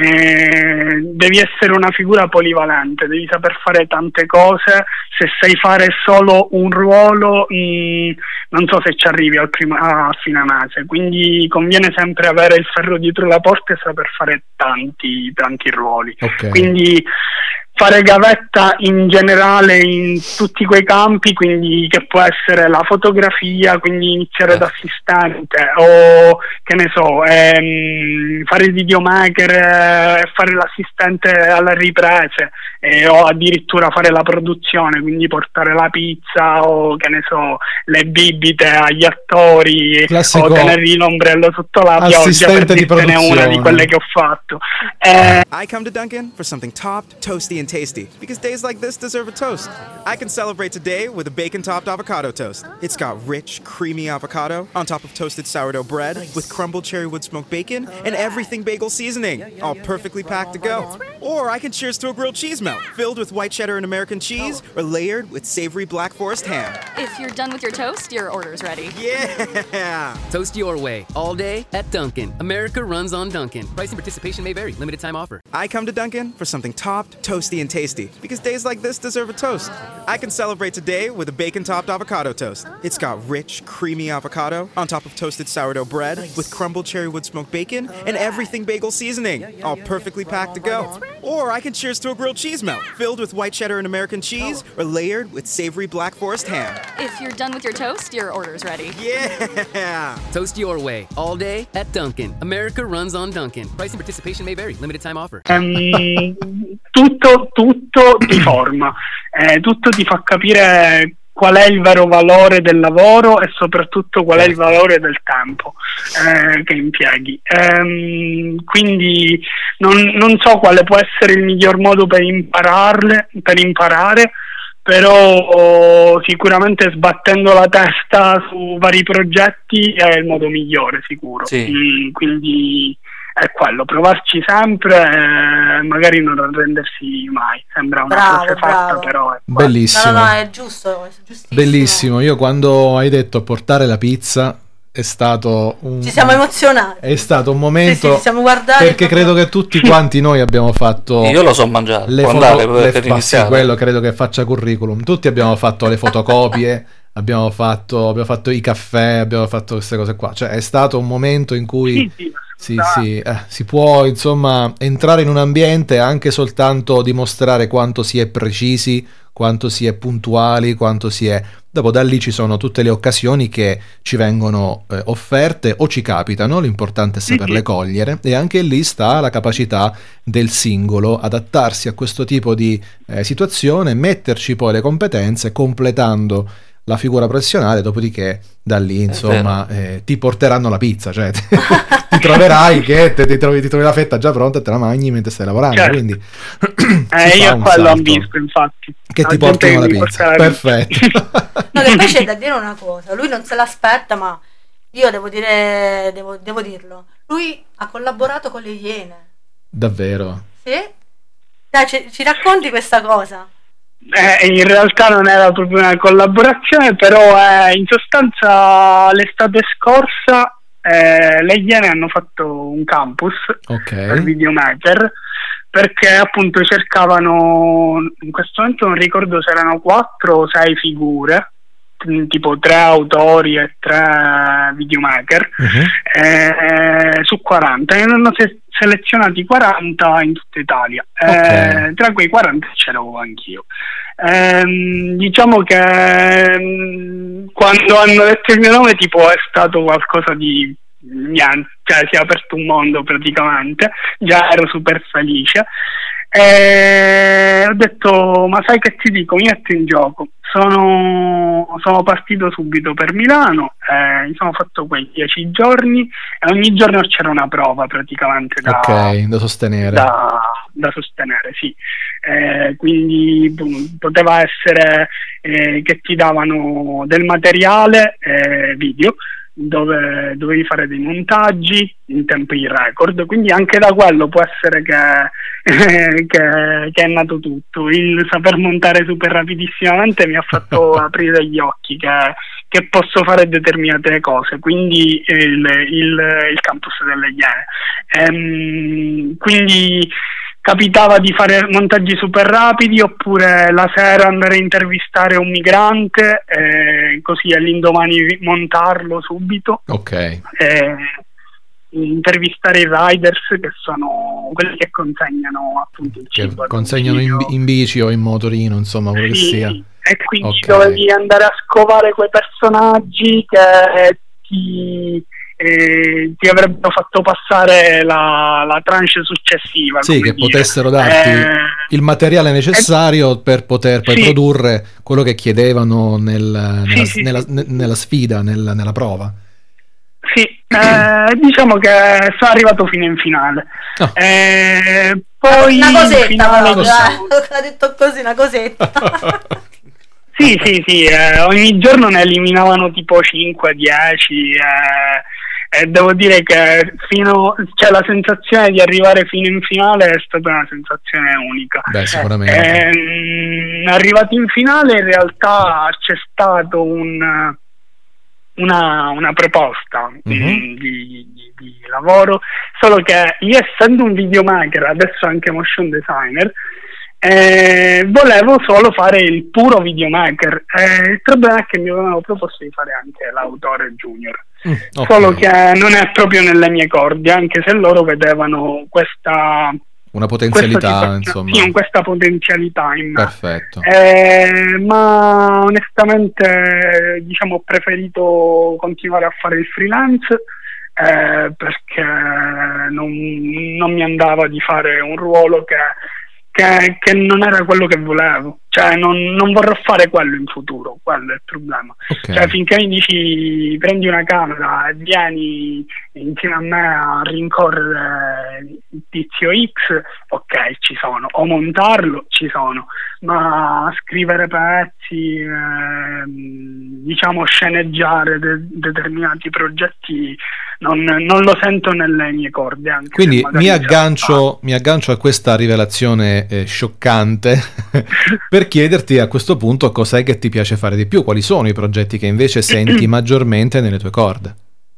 eh, devi essere una figura polivalente, devi saper fare tante cose. Se sai fare solo un ruolo, mh, non so se ci arrivi al prima, a fine mese, quindi conviene sempre avere il ferro dietro la porta e saper fare tanti tanti ruoli. Ok. Quindi fare gavetta in generale in tutti quei campi, quindi che può essere la fotografia, quindi iniziare da assistente, o che ne so, ehm, fare il videomaker, eh, fare l'assistente alle riprese, eh, o addirittura fare la produzione, quindi portare la pizza o che ne so, le bibite agli attori, Classico o tenergli l'ombrello sotto la pioggia, per assistente di dirtene una di produzione. quelle che ho fatto. Eh, I come to Dunkin' for something topped, toasty, and tasty, because days like this deserve a toast. I can celebrate today with a bacon-topped avocado toast. It's got rich, creamy avocado on top of toasted sourdough bread with crumbled cherry wood smoked bacon and everything bagel seasoning, all perfectly packed to go. Or I can cheers to a grilled cheese melt filled with white cheddar and American cheese or layered with savory Black Forest ham. If you're done with your toast, your order's ready. Yeah! Toast your way all day at Dunkin'. America runs on Dunkin'. Price and participation may vary. Limited time offer. I come to Dunkin' for something topped, toasty, and tasty, because days like this deserve a toast. I can celebrate today with a bacon-topped avocado toast. It's got rich, creamy avocado on top of toasted sourdough bread with crumbled cherry wood smoked bacon and everything bagel seasoning, all perfectly packed to go. Or I can cheers to a grilled cheese melt filled with white cheddar and American cheese or layered with savory Black Forest ham. If you're done with your toast, your order's ready. Yeah! Toast your way all day at Dunkin'. America runs on Dunkin'. Price and participation may vary. Limited time offer. Ehm, tutto, tutto ti forma, eh, tutto ti fa capire qual è il vero valore del lavoro e soprattutto qual è il valore del tempo eh, che impieghi. Ehm, quindi non, non so quale può essere il miglior modo per impararle, per imparare, però sicuramente sbattendo la testa su vari progetti è il modo migliore, sicuro. Sì. Mm, quindi è quello, provarci sempre, eh, magari non arrendersi mai. Sembra una Bravo, frase fatta, bravo. però è Bellissimo. No, no, no, è giusto, è giustissimo. Bellissimo. Io quando hai detto portare la pizza è stato un Ci siamo emozionati. è stato un momento, Sì, sì, ci siamo guardati perché proprio. credo che tutti quanti noi abbiamo fatto Io lo so mangiare, le può foto, andare per, le- per ma sì, iniziare. quello credo che faccia curriculum. Tutti abbiamo fatto le fotocopie, abbiamo fatto abbiamo fatto i caffè, abbiamo fatto queste cose qua. Cioè è stato un momento in cui Sì, sì, sì, sì, eh, si può insomma entrare in un ambiente anche soltanto dimostrare quanto si è precisi, quanto si è puntuali, quanto si è. Dopo da lì ci sono tutte le occasioni che ci vengono eh, offerte o ci capitano, l'importante è saperle cogliere, e anche lì sta la capacità del singolo adattarsi a questo tipo di eh, situazione, metterci poi le competenze, completando la figura professionale, dopodiché da lì insomma eh, ti porteranno la pizza, cioè ti, ti troverai che te, ti, trovi, ti trovi la fetta già pronta e te la mangi mentre stai lavorando, Certo. quindi Eh, si fa io un quello ho salto. visto, infatti. Che La ti gente portano la mi pizza, porta la perfetto. No, che poi c'è da dire una cosa, lui non se l'aspetta, ma io devo dire, devo, devo dirlo, lui ha collaborato con le Iene. Davvero. Sì? Dai, ci, ci racconti questa cosa? Eh, in realtà non era proprio una collaborazione, però eh, in sostanza l'estate scorsa eh, le Iene hanno fatto un campus per Ok. videomaker, perché appunto cercavano, in questo momento non ricordo se erano quattro o sei figure, tipo tre autori e tre videomaker, uh-huh. eh, su quaranta, e ne hanno se- selezionati quaranta in tutta Italia. Okay. Eh, tra quei quaranta c'ero anch'io. Eh, diciamo che mh, quando hanno detto il mio nome, tipo, è stato qualcosa di niente, cioè si è aperto un mondo praticamente, già ero super felice. E ho detto, ma sai che ti dico, mi metto in gioco. Sono, sono partito subito per Milano, eh, mi sono fatto quei dieci giorni e ogni giorno c'era una prova praticamente da, okay, da sostenere. Da, da sostenere, sì. Eh, quindi poteva essere eh, che ti davano del materiale eh, video, dove dovevi fare dei montaggi in tempi record, quindi anche da quello può essere che, che, che è nato tutto. Il saper montare super rapidissimamente mi ha fatto aprire gli occhi che, che posso fare determinate cose, quindi il, il, il campus delle Iene. Ehm, quindi capitava di fare montaggi super rapidi, oppure la sera andare a intervistare un migrante, eh, così all'indomani montarlo subito. Ok. Eh, intervistare i riders, che sono quelli che consegnano appunto il che cibo. Consegnano in, in bici o in motorino, insomma, quello sì, che sia. E quindi okay. dovevi andare a scovare quei personaggi che ti... Eh, ti avrebbero fatto passare la, la tranche successiva, sì, che dire. potessero darti eh, il materiale necessario eh, per poter poi sì. produrre quello che chiedevano nel, nella, sì, nella, sì, nella, nella sfida, nel, nella prova. Sì, eh, diciamo che sono arrivato fino in finale. Oh. Eh, poi una cosetta, finale, proprio, eh. Ha detto così, una cosetta. Sì, sì, sì, eh, ogni giorno ne eliminavano tipo cinque dieci, eh, e devo dire che fino, cioè, la sensazione di arrivare fino in finale è stata una sensazione unica. Beh, sicuramente. Eh, arrivati in finale, in realtà c'è stato un, una, una proposta uh-huh. di, di, di, di lavoro, solo che io, essendo un videomaker, adesso anche motion designer, Eh, volevo solo fare il puro videomaker. Eh, il problema è che mi avevano proposto di fare anche l'autore junior, mm, okay. Solo che non è proprio nelle mie corde, anche se loro vedevano questa una potenzialità, questa, insomma, sì, questa potenzialità in me. Perfetto. Eh, ma onestamente, diciamo, ho preferito continuare a fare il freelance, eh, perché non, non mi andava di fare un ruolo che Che, che non era quello che volevo, cioè non, non vorrò fare quello in futuro, quello è il problema. Okay. Cioè, finché mi dici prendi una camera e vieni insieme a me a rincorrere il tizio X, ok, ci sono, o montarlo, ci sono, ma scrivere pezzi, eh, diciamo sceneggiare de- determinati progetti non, non lo sento nelle mie corde. Anche quindi mi aggancio, mi aggancio a questa rivelazione eh, scioccante per chiederti a questo punto cos'è che ti piace fare di più, quali sono i progetti che invece senti maggiormente nelle tue corde.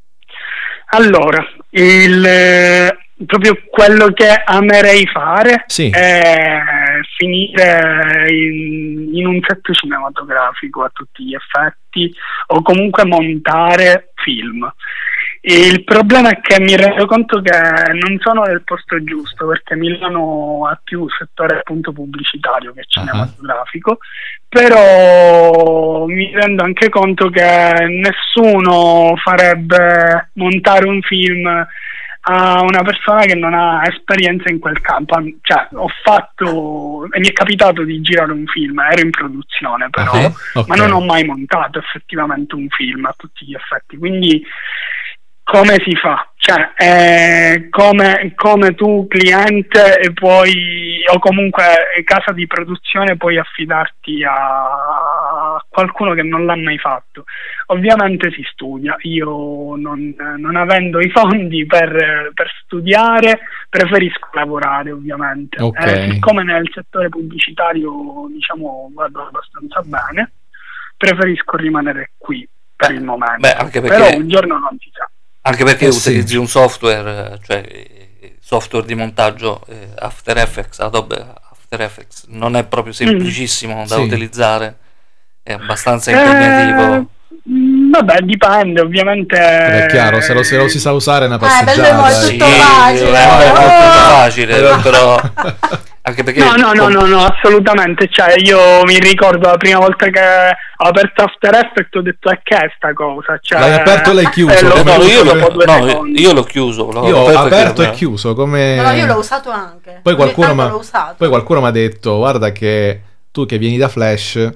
Allora, il, proprio quello che amerei fare sì. è finire in, in un set cinematografico a tutti gli effetti, o comunque montare film. Il problema è che mi rendo conto che non sono nel posto giusto, perché Milano ha più settore appunto pubblicitario che cinematografico, uh-huh. Però mi rendo anche conto che nessuno farebbe montare un film a una persona che non ha esperienza in quel campo. Cioè, ho fatto e mi è capitato di girare un film, ero in produzione però, uh-huh. okay. ma non ho mai montato effettivamente un film a tutti gli effetti, quindi come si fa? Cioè, eh, come, come tu cliente e puoi, o comunque casa di produzione, puoi affidarti a qualcuno che non l'ha mai fatto. Ovviamente si studia, io non, non avendo i fondi per, per studiare, preferisco lavorare ovviamente. Okay. Eh, siccome nel settore pubblicitario, diciamo, vado abbastanza bene, preferisco rimanere qui per il momento. Beh, anche perché... però un giorno non si sa. Anche perché eh utilizzi sì. un software, cioè software di montaggio eh, After Effects, Adobe After Effects non è proprio semplicissimo mm. da sì. utilizzare, è abbastanza impegnativo. Eh... Vabbè, dipende, ovviamente. È chiaro, se lo, se lo si sa usare è una passeggiata. Eh, è tutto facile. È molto facile, però anche perché no, no, no, no, no, assolutamente. Cioè, io mi ricordo la prima volta che ho aperto After Effects ho detto è che è sta cosa. Cioè, l'hai aperto e l'hai chiuso? Eh, no, io, lo, no, io l'ho chiuso. L'ho io ho aperto e chiuso come. No, io l'ho usato anche. Poi qualcuno mi ha detto: guarda che tu che vieni da Flash.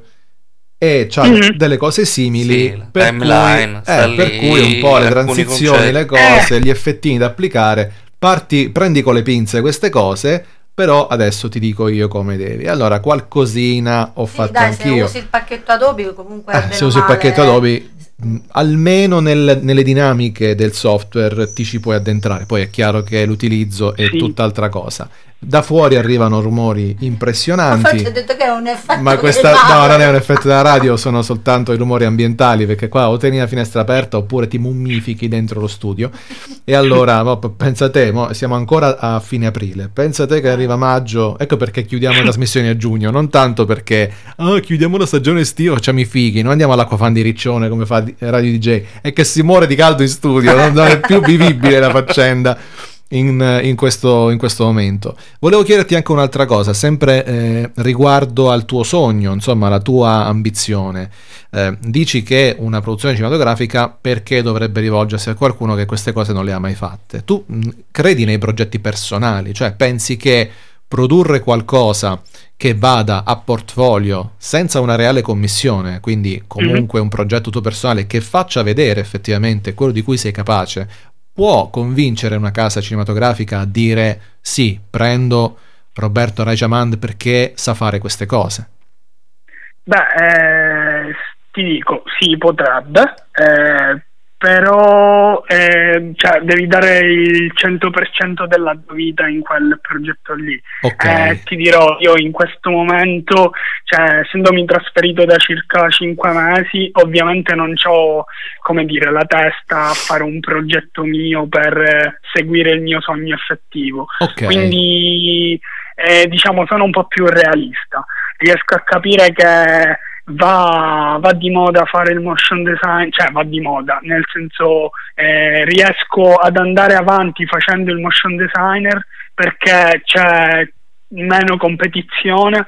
E c'ha mm-hmm. delle cose simili, sì, per, timeline, cui, eh, per cui un po' le transizioni, le cose, eh. gli effettini da applicare, parti, prendi con le pinze queste cose, però adesso ti dico io come devi. Allora qualcosina ho sì, fatto dai, anch'io. Se usi il pacchetto Adobe comunque eh, se usi il pacchetto Adobe mh, almeno nel, nelle dinamiche del software ti ci puoi addentrare. Poi è chiaro che l'utilizzo è sì. tutt'altra cosa. Da fuori arrivano rumori impressionanti. Ma detto che è un effetto ma questa no, non è un effetto della radio, sono soltanto i rumori ambientali, perché qua o tieni la finestra aperta oppure ti mummifichi dentro lo studio. E allora mo, pensa te, mo, siamo ancora a fine aprile, pensa te che arriva maggio, ecco perché chiudiamo le trasmissioni a giugno, non tanto perché oh, chiudiamo la stagione estiva, facciamo i fighi, non andiamo all'Acquafan di Riccione come fa Radio D J, è che si muore di caldo in studio, non, non è più vivibile la faccenda. In, in, questo, in questo momento volevo chiederti anche un'altra cosa, sempre eh, riguardo al tuo sogno, insomma la tua ambizione. Eh, dici che una produzione cinematografica perché dovrebbe rivolgersi a qualcuno che queste cose non le ha mai fatte? Tu mh, credi nei progetti personali, cioè pensi che produrre qualcosa che vada a portfolio senza una reale commissione, quindi comunque un progetto tuo personale che faccia vedere effettivamente quello di cui sei capace, può convincere una casa cinematografica a dire sì, prendo Roberto Rajamand perché sa fare queste cose? Beh, eh, ti dico, sì, potrebbe, eh, però eh, cioè, devi dare il cento per cento della tua vita in quel progetto lì. Okay. Eh, ti dirò, io in questo momento, cioè, essendomi trasferito da circa cinque mesi, ovviamente non c'ho, come dire, la testa a fare un progetto mio per eh, seguire il mio sogno effettivo. Okay. Quindi eh, diciamo sono un po' più realista, riesco a capire che Va, va di moda fare il motion design, cioè va di moda, nel senso eh, riesco ad andare avanti facendo il motion designer perché c'è meno competizione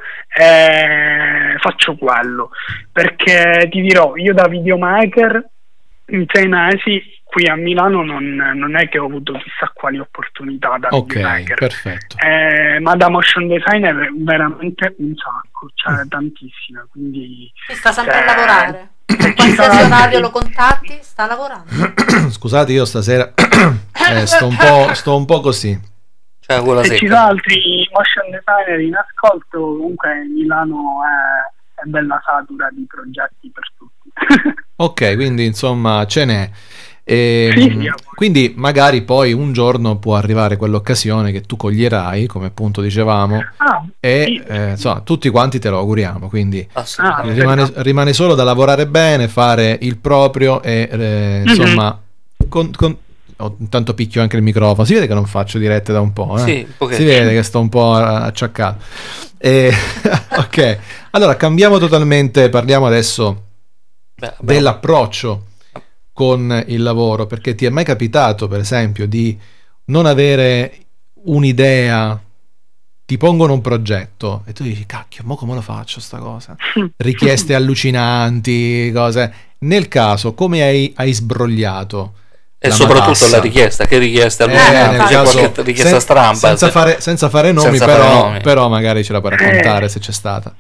e faccio quello, perché ti dirò, io da videomaker in sei mesi qui a Milano non, non è che ho avuto chissà quali opportunità da ok, videomaker, perfetto. Eh, ma da motion designer veramente un sacco, cioè mm. tantissime, quindi si sta sempre cioè, a lavorare, qualsiasi orario lo contatti sta lavorando. Scusate, io stasera eh, sto un po' sto un po' così, cioè, se ci sono altri motion designer in ascolto, comunque Milano è, è bella satura di progetti per tutti. Ok, quindi insomma ce n'è. E, sì, quindi magari poi un giorno può arrivare quell'occasione che tu coglierai, come appunto dicevamo, ah, e sì. eh, insomma tutti quanti te lo auguriamo, quindi ah, rimane, rimane solo da lavorare bene, fare il proprio e eh, insomma mm-hmm. con, con... Oh, intanto picchio anche il microfono, si vede che non faccio dirette da un po', eh? Sì, si vede che sto un po' acciaccato. E... ok, allora cambiamo totalmente, parliamo adesso Beh, dell'approccio con il lavoro, perché ti è mai capitato per esempio di non avere un'idea, ti pongono un progetto e tu dici cacchio, mo come lo faccio sta cosa, richieste allucinanti, cose, nel caso come hai, hai sbrogliato e soprattutto matassa. La richiesta, che richiesta allucinante, eh, caso, qualche richiesta sen- stramba senza fare, senza fare nomi, senza però, fare nomi. Però magari ce la puoi raccontare eh. se c'è stata.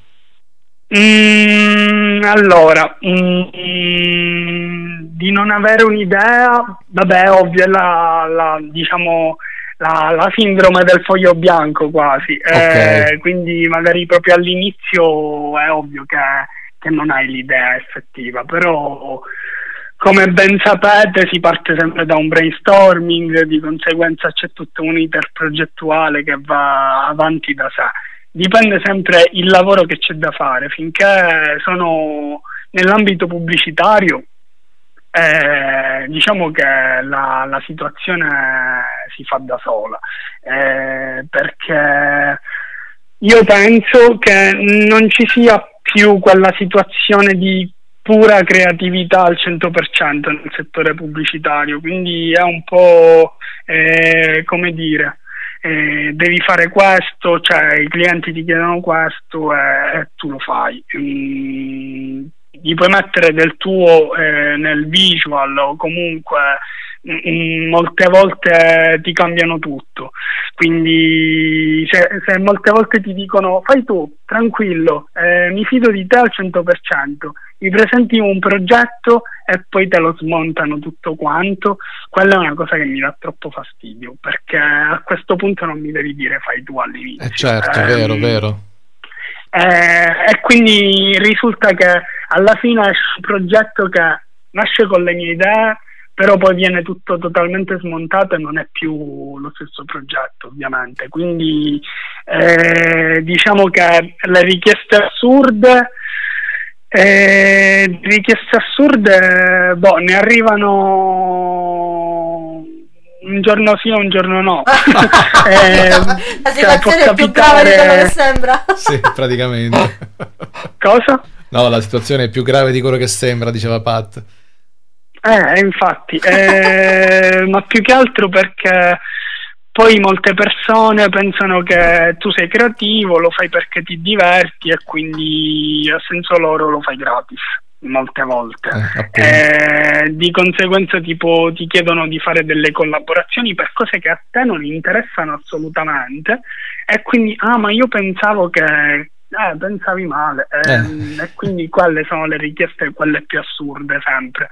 Mm, allora mm, di non avere un'idea, vabbè, ovvio, la, la diciamo la, la sindrome del foglio bianco quasi, okay. eh, quindi magari proprio all'inizio è ovvio che, che non hai l'idea effettiva, però come ben sapete si parte sempre da un brainstorming, di conseguenza c'è tutto un iter progettuale che va avanti da sé. Dipende sempre il lavoro che c'è da fare. Finché sono nell'ambito pubblicitario, eh, diciamo che la, la situazione si fa da sola, eh, perché io penso che non ci sia più quella situazione di pura creatività al cento per cento nel settore pubblicitario, quindi è un po' eh, come dire, eh, devi fare questo, cioè i clienti ti chiedono questo e, e tu lo fai. Mm, gli puoi mettere del tuo eh, nel visual o comunque mm, molte volte ti cambiano tutto, quindi se, se molte volte ti dicono fai tu, tranquillo, eh, mi fido di te al cento per cento, mi presenti un progetto e poi te lo smontano tutto quanto, quella è una cosa che mi dà troppo fastidio, perché a questo punto non mi devi dire fai tu all'inizio. Eh certo, eh, vero, vero. Eh, e quindi risulta che alla fine esce un progetto che nasce con le mie idee, però poi viene tutto totalmente smontato e non è più lo stesso progetto, ovviamente. Quindi eh, diciamo che le richieste assurde eh, richieste assurde boh, ne arrivano un giorno sì e un giorno no. eh, La cioè, situazione è più grave di quello che sembra. Sì, praticamente. Cosa? No, la situazione è più grave di quello che sembra, diceva Pat. Eh, infatti, eh, ma più che altro perché poi molte persone pensano che tu sei creativo, lo fai perché ti diverti e quindi a senso loro lo fai gratis molte volte. Eh, eh, di conseguenza tipo ti chiedono di fare delle collaborazioni per cose che a te non interessano assolutamente e quindi ah ma io pensavo che eh, pensavi male eh, Eh. e quindi quelle sono le richieste, quelle più assurde sempre.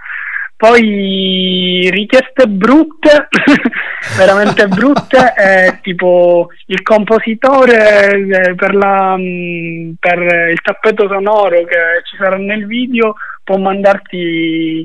Poi richieste brutte, veramente brutte, è tipo il compositore eh, per, la, mh, per il tappeto sonoro che ci sarà nel video può mandarti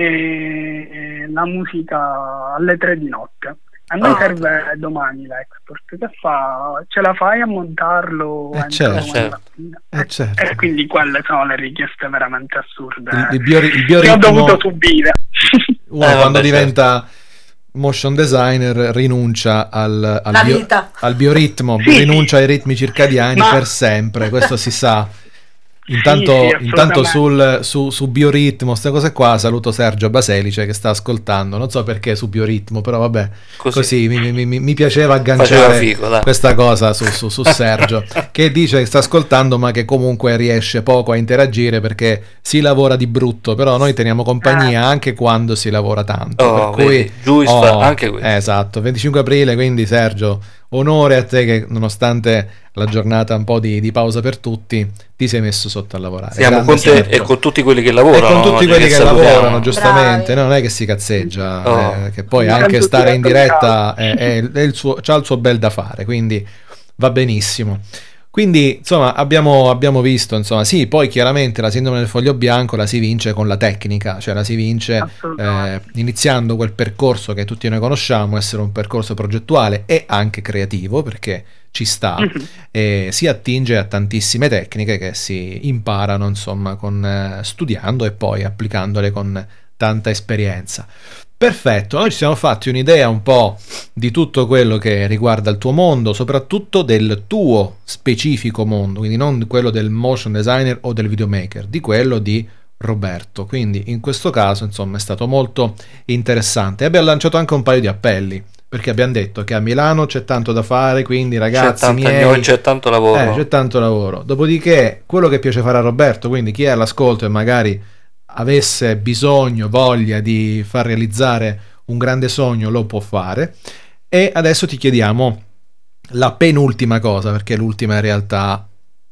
eh, la musica alle tre di notte. A noi Ah. serve domani l'export, che fa? Ce la fai a montarlo? Eh, entro certo. domani certo. mattina? Eh, certo. E quindi quelle sono le richieste veramente assurde Il, il, biori- il che ho bioritmo, dovuto subire. uno Eh, vabbè, quando certo. diventa motion designer rinuncia al, al, La bio- vita. al bioritmo, Sì. rinuncia ai ritmi circadiani Ma- per sempre, questo si sa. Intanto, Sì, sì, intanto assolutamente. sul, su, su bioritmo, queste cose qua, saluto Sergio Baselice che sta ascoltando, non so perché su bioritmo, però vabbè, Così. così, mi, mi- mi- mi piaceva Faceva agganciare figo, dai. questa cosa su, su- su Sergio, che dice che sta ascoltando ma che comunque riesce poco a interagire perché si lavora di brutto, però noi teniamo compagnia anche quando si lavora tanto. Oh, per cui, vedi, Juice oh, fa anche questo. esatto, venticinque aprile, quindi Sergio, onore a te che nonostante la giornata un po' di, di pausa per tutti, ti sei messo sotto a lavorare. Siamo Grande con te Sergio. e con tutti quelli che E lavorano. con tutti oggi quelli che salutiamo. lavorano, giustamente, Bravi. non è che si cazzeggia, Oh. eh, che poi Mi anche sento stare in tirato in diretta è, è- è il suo, c'ha il suo bel da fare, quindi va benissimo. Quindi, insomma, abbiamo, abbiamo visto, insomma, sì, poi chiaramente la sindrome del foglio bianco la si vince con la tecnica, cioè la si vince Assolutamente. eh, iniziando quel percorso che tutti noi conosciamo, essere un percorso progettuale e anche creativo, perché ci sta, Mhm. e si attinge a tantissime tecniche che si imparano, insomma, con, eh, studiando e poi applicandole con tanta esperienza. Perfetto, noi ci siamo fatti un'idea un po' di tutto quello che riguarda il tuo mondo, soprattutto del tuo specifico mondo, quindi non quello del motion designer o del videomaker, di quello di Roberto. Quindi in questo caso, insomma, è stato molto interessante. Abbiamo lanciato anche un paio di appelli, perché abbiamo detto che a Milano c'è tanto da fare, quindi C'è, ragazzi tanta, miei, c'è tanto lavoro. eh, c'è tanto lavoro. Dopodiché, quello che piace fare a Roberto, quindi chi è all'ascolto e magari avesse bisogno, voglia di far realizzare un grande sogno, lo può fare. E adesso ti chiediamo la penultima cosa, perché l'ultima in realtà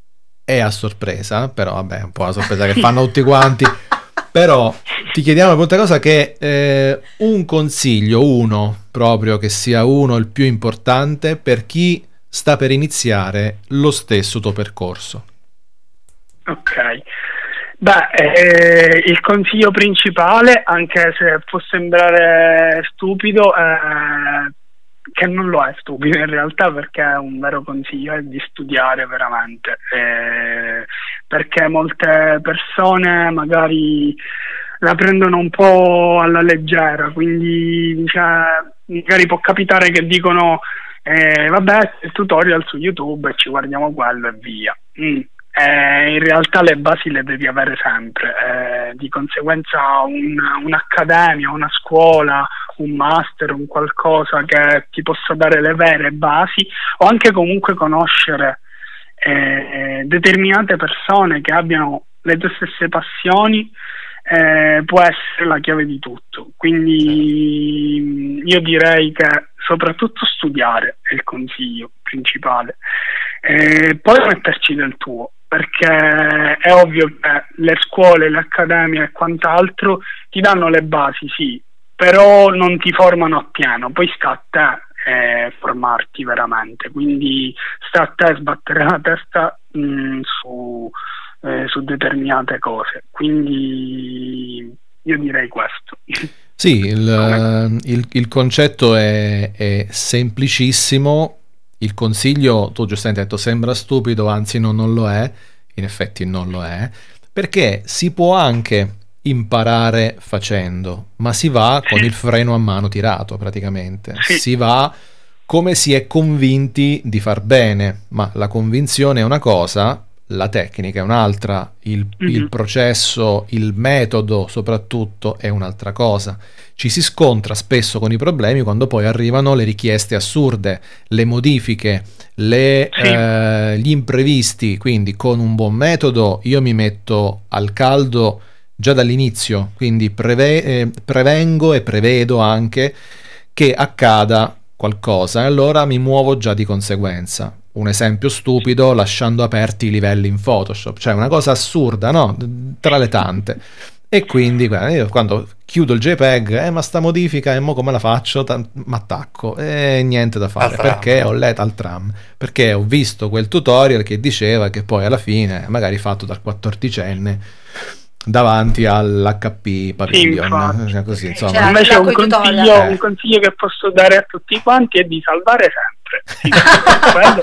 è a sorpresa, però vabbè, è un po' la sorpresa che fanno tutti quanti. Però ti chiediamo la penultima cosa, che è eh, un consiglio, uno proprio, che sia uno il più importante per chi sta per iniziare lo stesso tuo percorso. Ok, beh, eh, il consiglio principale, anche se può sembrare stupido, eh, che non lo è stupido in realtà, perché è un vero consiglio, è di studiare veramente, eh, perché molte persone magari la prendono un po' alla leggera, quindi cioè, magari può capitare che dicono eh, vabbè, il tutorial su YouTube e ci guardiamo quello e via. Mm. Eh, in realtà le basi le devi avere sempre, eh, di conseguenza un, un'accademia, una scuola, un master, un qualcosa che ti possa dare le vere basi, o anche comunque conoscere eh, determinate persone che abbiano le tue stesse passioni, eh, può essere la chiave di tutto. Quindi io direi che soprattutto studiare è il consiglio principale, eh, poi metterci del tuo, perché è ovvio che le scuole, le accademie e quant'altro ti danno le basi, sì, però non ti formano appieno, poi sta a te eh, formarti veramente, quindi sta a te sbattere la testa mh, su, eh, su determinate cose, quindi io direi questo. Sì, il, il, il concetto è, è semplicissimo. Il consiglio, tu giustamente hai detto, sembra stupido, anzi no, non lo è, in effetti non lo è, perché si può anche imparare facendo, ma si va con il freno a mano tirato praticamente, Sì. si va come si è convinti di far bene, ma la convinzione è una cosa, la tecnica è un'altra, il, Mhm. il processo, il metodo soprattutto è un'altra cosa. Ci si scontra spesso con i problemi quando poi arrivano le richieste assurde, le modifiche, le, Sì. eh, gli imprevisti. Quindi con un buon metodo io mi metto al caldo già dall'inizio, quindi preve- eh, prevengo e prevedo anche che accada qualcosa e allora mi muovo già di conseguenza. Un esempio stupido, lasciando aperti i livelli in Photoshop, cioè una cosa assurda, no? Tra le tante. E quindi guarda, io quando chiudo il JPEG, eh ma sta modifica, e mo come la faccio? Mi attacco e niente da fare, Al tram. perché ho letto al tram, perché ho visto quel tutorial che diceva che poi alla fine, magari fatto dal quattordicenne, davanti all'H P Pavilion, infatti. cioè così, insomma. Cioè, Invece un coi consiglio, tutorial. un consiglio che posso dare a tutti quanti è di salvare sempre. Sì, quello.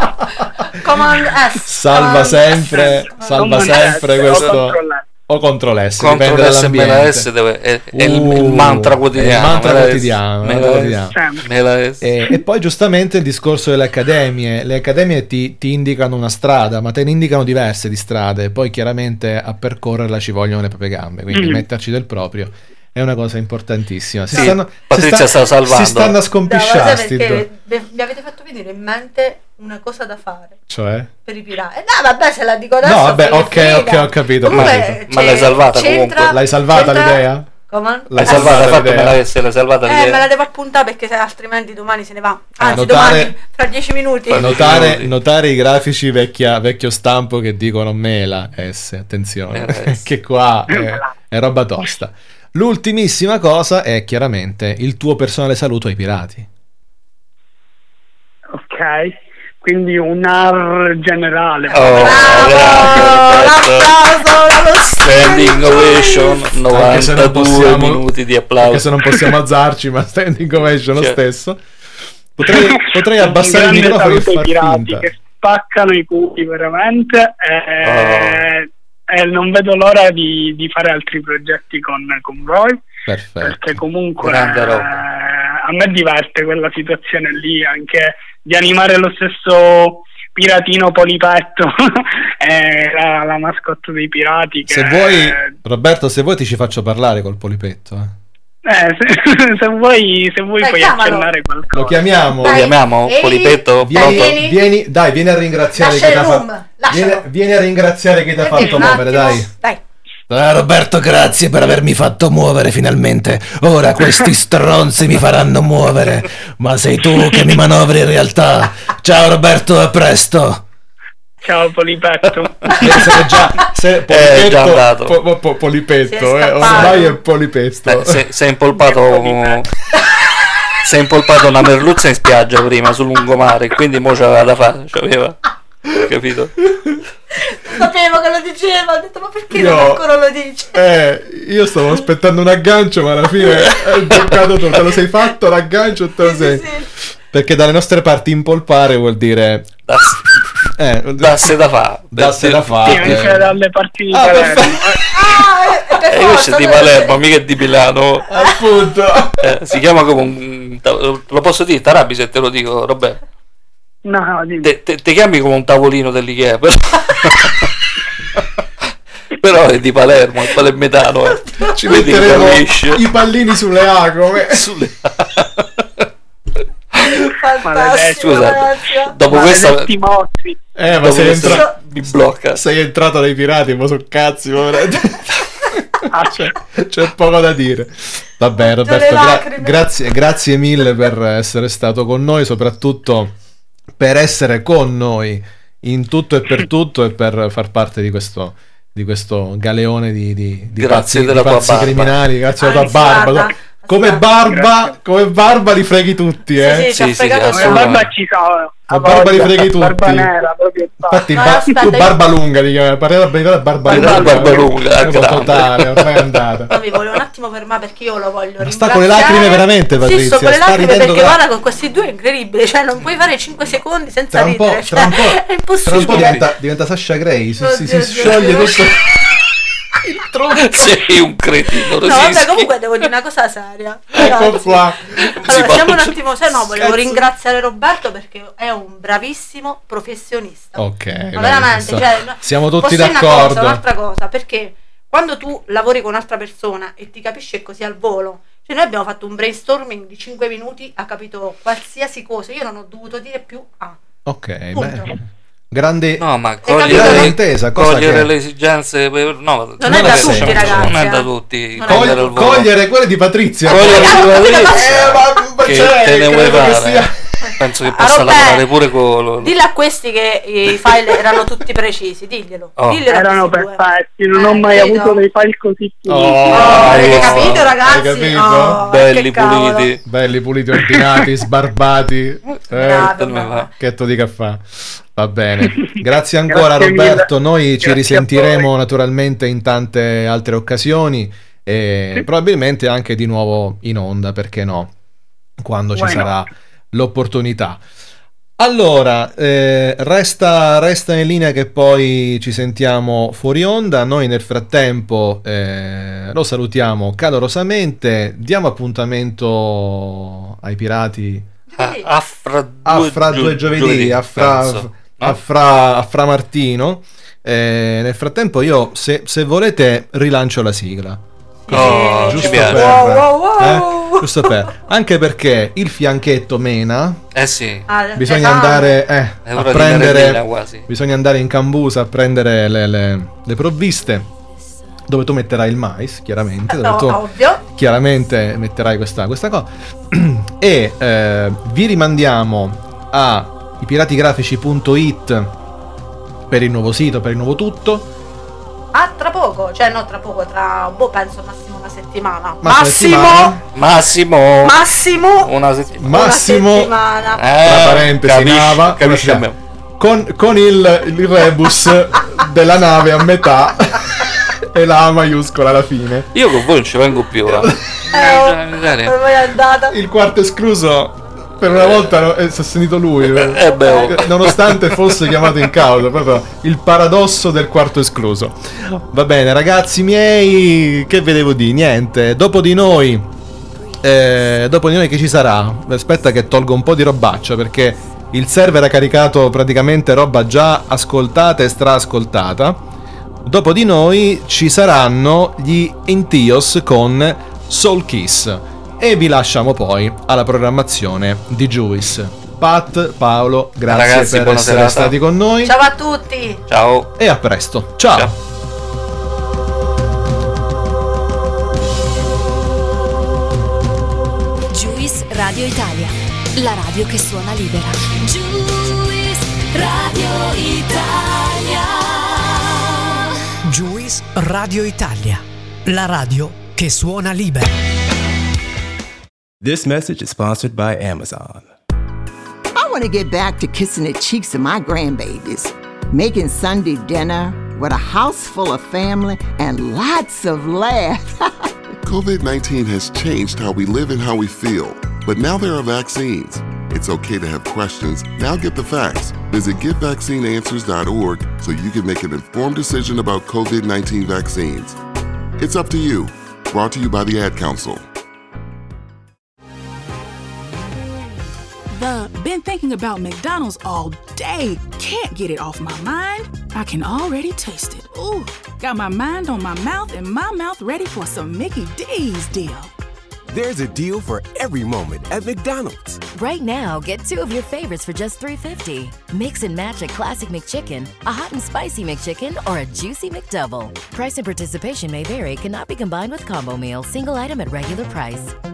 Command S. Salva Command sempre, S. salva Command sempre S, questo o Control S. o Control S, Control dipende S e me la dall'ambiente. S deve- è, è il, Uh, il mantra quotidiano. è il mantra me la S, quotidiano, me mantra la S, quotidiano. Sempre. me la S. E, e poi giustamente il discorso delle accademie, le accademie ti, ti indicano una strada, ma te ne indicano diverse di strade, poi chiaramente a percorrerla ci vogliono le proprie gambe, quindi Mm. metterci del proprio è una cosa importantissima. Si Sì, stanno, Patrizia si sta salvando. si stanno a No, lo scompisciare, sai perché mi mi avete fatto venire in mente una cosa da fare cioè? per i pirati. Eh, no, vabbè, se la dico adesso. No, vabbè, frega, ok, frega. ok, ho capito, ho Comunque, capito. Ma c'è- l'hai salvata c'entra- comunque? L'hai salvata c'entra- l'idea? Come? L'hai L'hai salvata salvata, fatto l'idea? me la S, l'hai salvata Eh, me l'idea. la devo appuntare perché se altrimenti domani se ne va. Anzi, notare- domani, fra dieci minuti. Fa- Notare, minuti. notare i grafici vecchia, vecchio stampo che dicono mela S, attenzione, Mela S. che qua è, è roba tosta. L'ultimissima cosa è chiaramente il tuo personale saluto ai pirati. Ok, quindi un A R generale. Oh, Bravo! grazie, L'applauso, la standing ovation, Anche se non novantadue possiamo- minuti di Perché applauso. se non possiamo alzarci, ma standing ovation lo Cioè. stesso. Potrei, potrei Un abbassare il grande microfono e saluto ai far pirati finta. che spaccano i cubi veramente e, Oh. e non vedo l'ora di, di fare altri progetti con, con voi, Perfetto. perché comunque Grande roba. eh, a me diverte quella situazione lì, anche di animare lo stesso piratino Polipetto eh, la, la mascotte dei pirati che Se vuoi, Roberto, se vuoi ti ci faccio parlare col Polipetto. Eh. eh, se, se vuoi, se vuoi Dai, puoi chiamalo. accennare qualcosa. Lo chiamiamo? Lo Dai, chiamiamo? vieni. Polipetto? Vieni, Pronto? Vieni. vieni, dai, vieni a ringraziare Lascia chi ti il ha room, fatto. lascialo. Vieni, vieni a ringraziare chi ti ha Eh, fatto vieni un muovere, attimo. dai. Dai. Ah, Roberto, grazie per avermi fatto muovere finalmente. Ora questi stronzi mi faranno muovere. Ma sei tu che mi manovri in realtà. Ciao Roberto, a presto. Ciao Polipetto. Deve essere già, se, Eh, Polipetto, già andato. po- po- po- Polipetto, Si è eh, scappato. ormai è Polipetto. Eh, sei, sei impolpato sei impolpato una merluzza in spiaggia prima sul lungomare, quindi mo c'aveva da fare, c'aveva, capito? Sapevo che lo diceva, ho detto ma perché Io- non ancora lo dice? Eh, io stavo aspettando un aggancio, ma alla fine è bloccato tutto. Te lo sei fatto l'aggancio e te lo Sì, sei. sì, sì. Perché dalle nostre parti impolpare vuol dire eh, dasse da fa dasse da fa sì, anche eh. dalle parti di Ah, Palermo. Ah, e invece di Palermo, mica di Milano, appunto. Eh, si chiama come un lo posso dire, t'arrabbi se te lo dico, Roberto? No, no, dimmi. Te, te, te chiami come un tavolino dell'Ikea, però però è di Palermo, è palermitano, eh. Ci vedi che metteremo capisce. i pallini sulle A come Sulle Fantastico, Scusate, ragazzi. dopo questa Maledetti mozzi. eh ma dopo sei, questa entra- mi blocca. sei entrato dai pirati ma sono cazzi poveretto. c'è, c'è poco da dire. Vabbè Roberto, gra- grazie, grazie mille per essere stato con noi, soprattutto per essere con noi in tutto e per tutto e per far parte di questo di questo galeone di, di, di Grazie pazzi, della di tua pazzi barba. criminali, grazie alla tua Anzi, barba. guarda, Come barba, come barba li freghi tutti, eh? Sì, sì, ci ha Sì, sì, fregato La solo. barba ci sono. La barba li freghi tutti. Barba nera, proprio. Infatti, No, ba- aspetta, tu io- barba lunga ti chiama, parla barba, barba Barba lunga, barba lunga, Proprio grande. totale, ormai è andata. No, mi volevo un attimo fermare perché io lo voglio Ma ringraziare. sta con le lacrime veramente, Patrizia, Sì, sto con le sta lacrime ridendo perché gra- guarda, con questi due è incredibile, cioè non puoi fare cinque secondi senza Tra un po', ridere, tra cioè, un po', è tra un po' impossibile. diventa, diventa Sasha Grey, si, si, si Oddio, scioglie Dio. tutto il tronco. Sei un cretino, No, vabbè, Rosischi. comunque devo dire una cosa seria. Ecco Ragazzi. qua. Si Allora, siamo un faccia- attimo, se no, volevo Cazzo. ringraziare Roberto perché è un bravissimo professionista. Ok, Ma beh, veramente, so- cioè, no- siamo tutti posso dire una d'accordo. cosa, un'altra cosa, perché quando tu lavori con un'altra persona e ti capisce così al volo, cioè noi abbiamo fatto un brainstorming di cinque minuti, ha capito qualsiasi cosa, io non ho dovuto dire più A. Ok, Punto. beh. Grande No, ma capito? cogliere, intesa, cosa cogliere che- le esigenze per- no, Non è da che- tutti, non ragazzi, è da eh. tutti Non è cogliere da il volo. cogliere quelle di Patrizia. Cogliere Ah, il volo. capito, ma- Eh, ma- ma Che cioè, te ne vuoi credo che fare? sia- Penso che Ah, possa Roberto, lavorare pure con lo- dillo a questi che i file erano tutti precisi, diglielo. Oh. Diglielo a Erano questi due. perfetti, non ho Eh, mai capito? avuto dei file così Oh, puliti. Avete oh, capito, ragazzi? hai capito? Oh, belli che cavolo. puliti. Belli, puliti, ordinati, sbarbati. Eh, Bravi, te ne bravi. va. che tu dica fa. Va bene. Grazie ancora Grazie Roberto. mille. Noi ci Grazie a risentiremo voi. naturalmente in tante altre occasioni e probabilmente anche di nuovo in onda, perché no? Quando ci Why sarà not? l'opportunità. Allora, eh, resta, resta in linea che poi ci sentiamo fuori onda. Noi nel frattempo eh, lo salutiamo calorosamente. Diamo appuntamento ai pirati a, a fra due, a fra gio- due giovedì, a fra, penso. a fra, a fra Martino. Eh, nel frattempo io, se, se volete, rilancio la sigla. Oh, ci Giusto piace. per, Wow, wow, wow. eh, giusto per, anche perché il fianchetto mena. Eh sì, Ah, Bisogna esatto. andare eh, è a ora di prendere merendina quasi. bisogna andare in cambusa a prendere le, le- le provviste, dove tu metterai il mais, chiaramente, dove No, tu ovvio. chiaramente metterai questa, questa cosa e eh, vi rimandiamo a ipiratigrafici punto it per il nuovo sito, per il nuovo tutto. Ah, tra poco, cioè no, tra poco, tra boh, penso massimo una settimana. Ma Massimo! settimana? Massimo Massimo! una settimana. Massimo Una settimana. Eh, tra parentesi capisci- nava, capisci a una- me. con, con il, il rebus della nave a metà e la A maiuscola alla fine. Io con voi non ci vengo più ora. Eh, oh, magari. ormai è andata. Il quarto escluso per una volta no, eh, si è sentito lui, Eh, beh, oh. nonostante fosse chiamato in causa, proprio il paradosso del quarto escluso. Va bene, ragazzi miei, che vedevo di niente. Dopo di noi, eh, dopo di noi che ci sarà? Aspetta che tolgo un po' di robaccia, perché il server ha caricato praticamente roba già ascoltata e straascoltata. Dopo di noi ci saranno gli Entios con Soul Kiss. E vi lasciamo poi alla programmazione di Juice. Pat, Paolo, grazie Ragazzi, per buona essere serata. stati con noi. Ciao a tutti! Ciao. E a presto. Ciao. Ciao. Juice Radio Italia, la radio che suona libera. Juice Radio Italia. Juice Radio Italia, la radio che suona libera. This message is sponsored by Amazon. I want to get back to kissing the cheeks of my grandbabies, making Sunday dinner with a house full of family and lots of laughs. COVID nineteen has changed how we live and how we feel, but now there are vaccines. It's okay to have questions. Now get the facts. Visit get vaccine answers dot org so you can make an informed decision about covid nineteen vaccines. It's up to you. Brought to you by the Ad Council. The been thinking about McDonald's all day. Can't get it off my mind. I can already taste it. Ooh, got my mind on my mouth and my mouth ready for some Mickey D's deal. There's a deal for every moment at McDonald's. Right now, get two of your favorites for just three fifty. Mix and match a classic McChicken, a hot and spicy McChicken, or a juicy McDouble. Price and participation may vary. Cannot be combined with combo meal. Single item at regular price.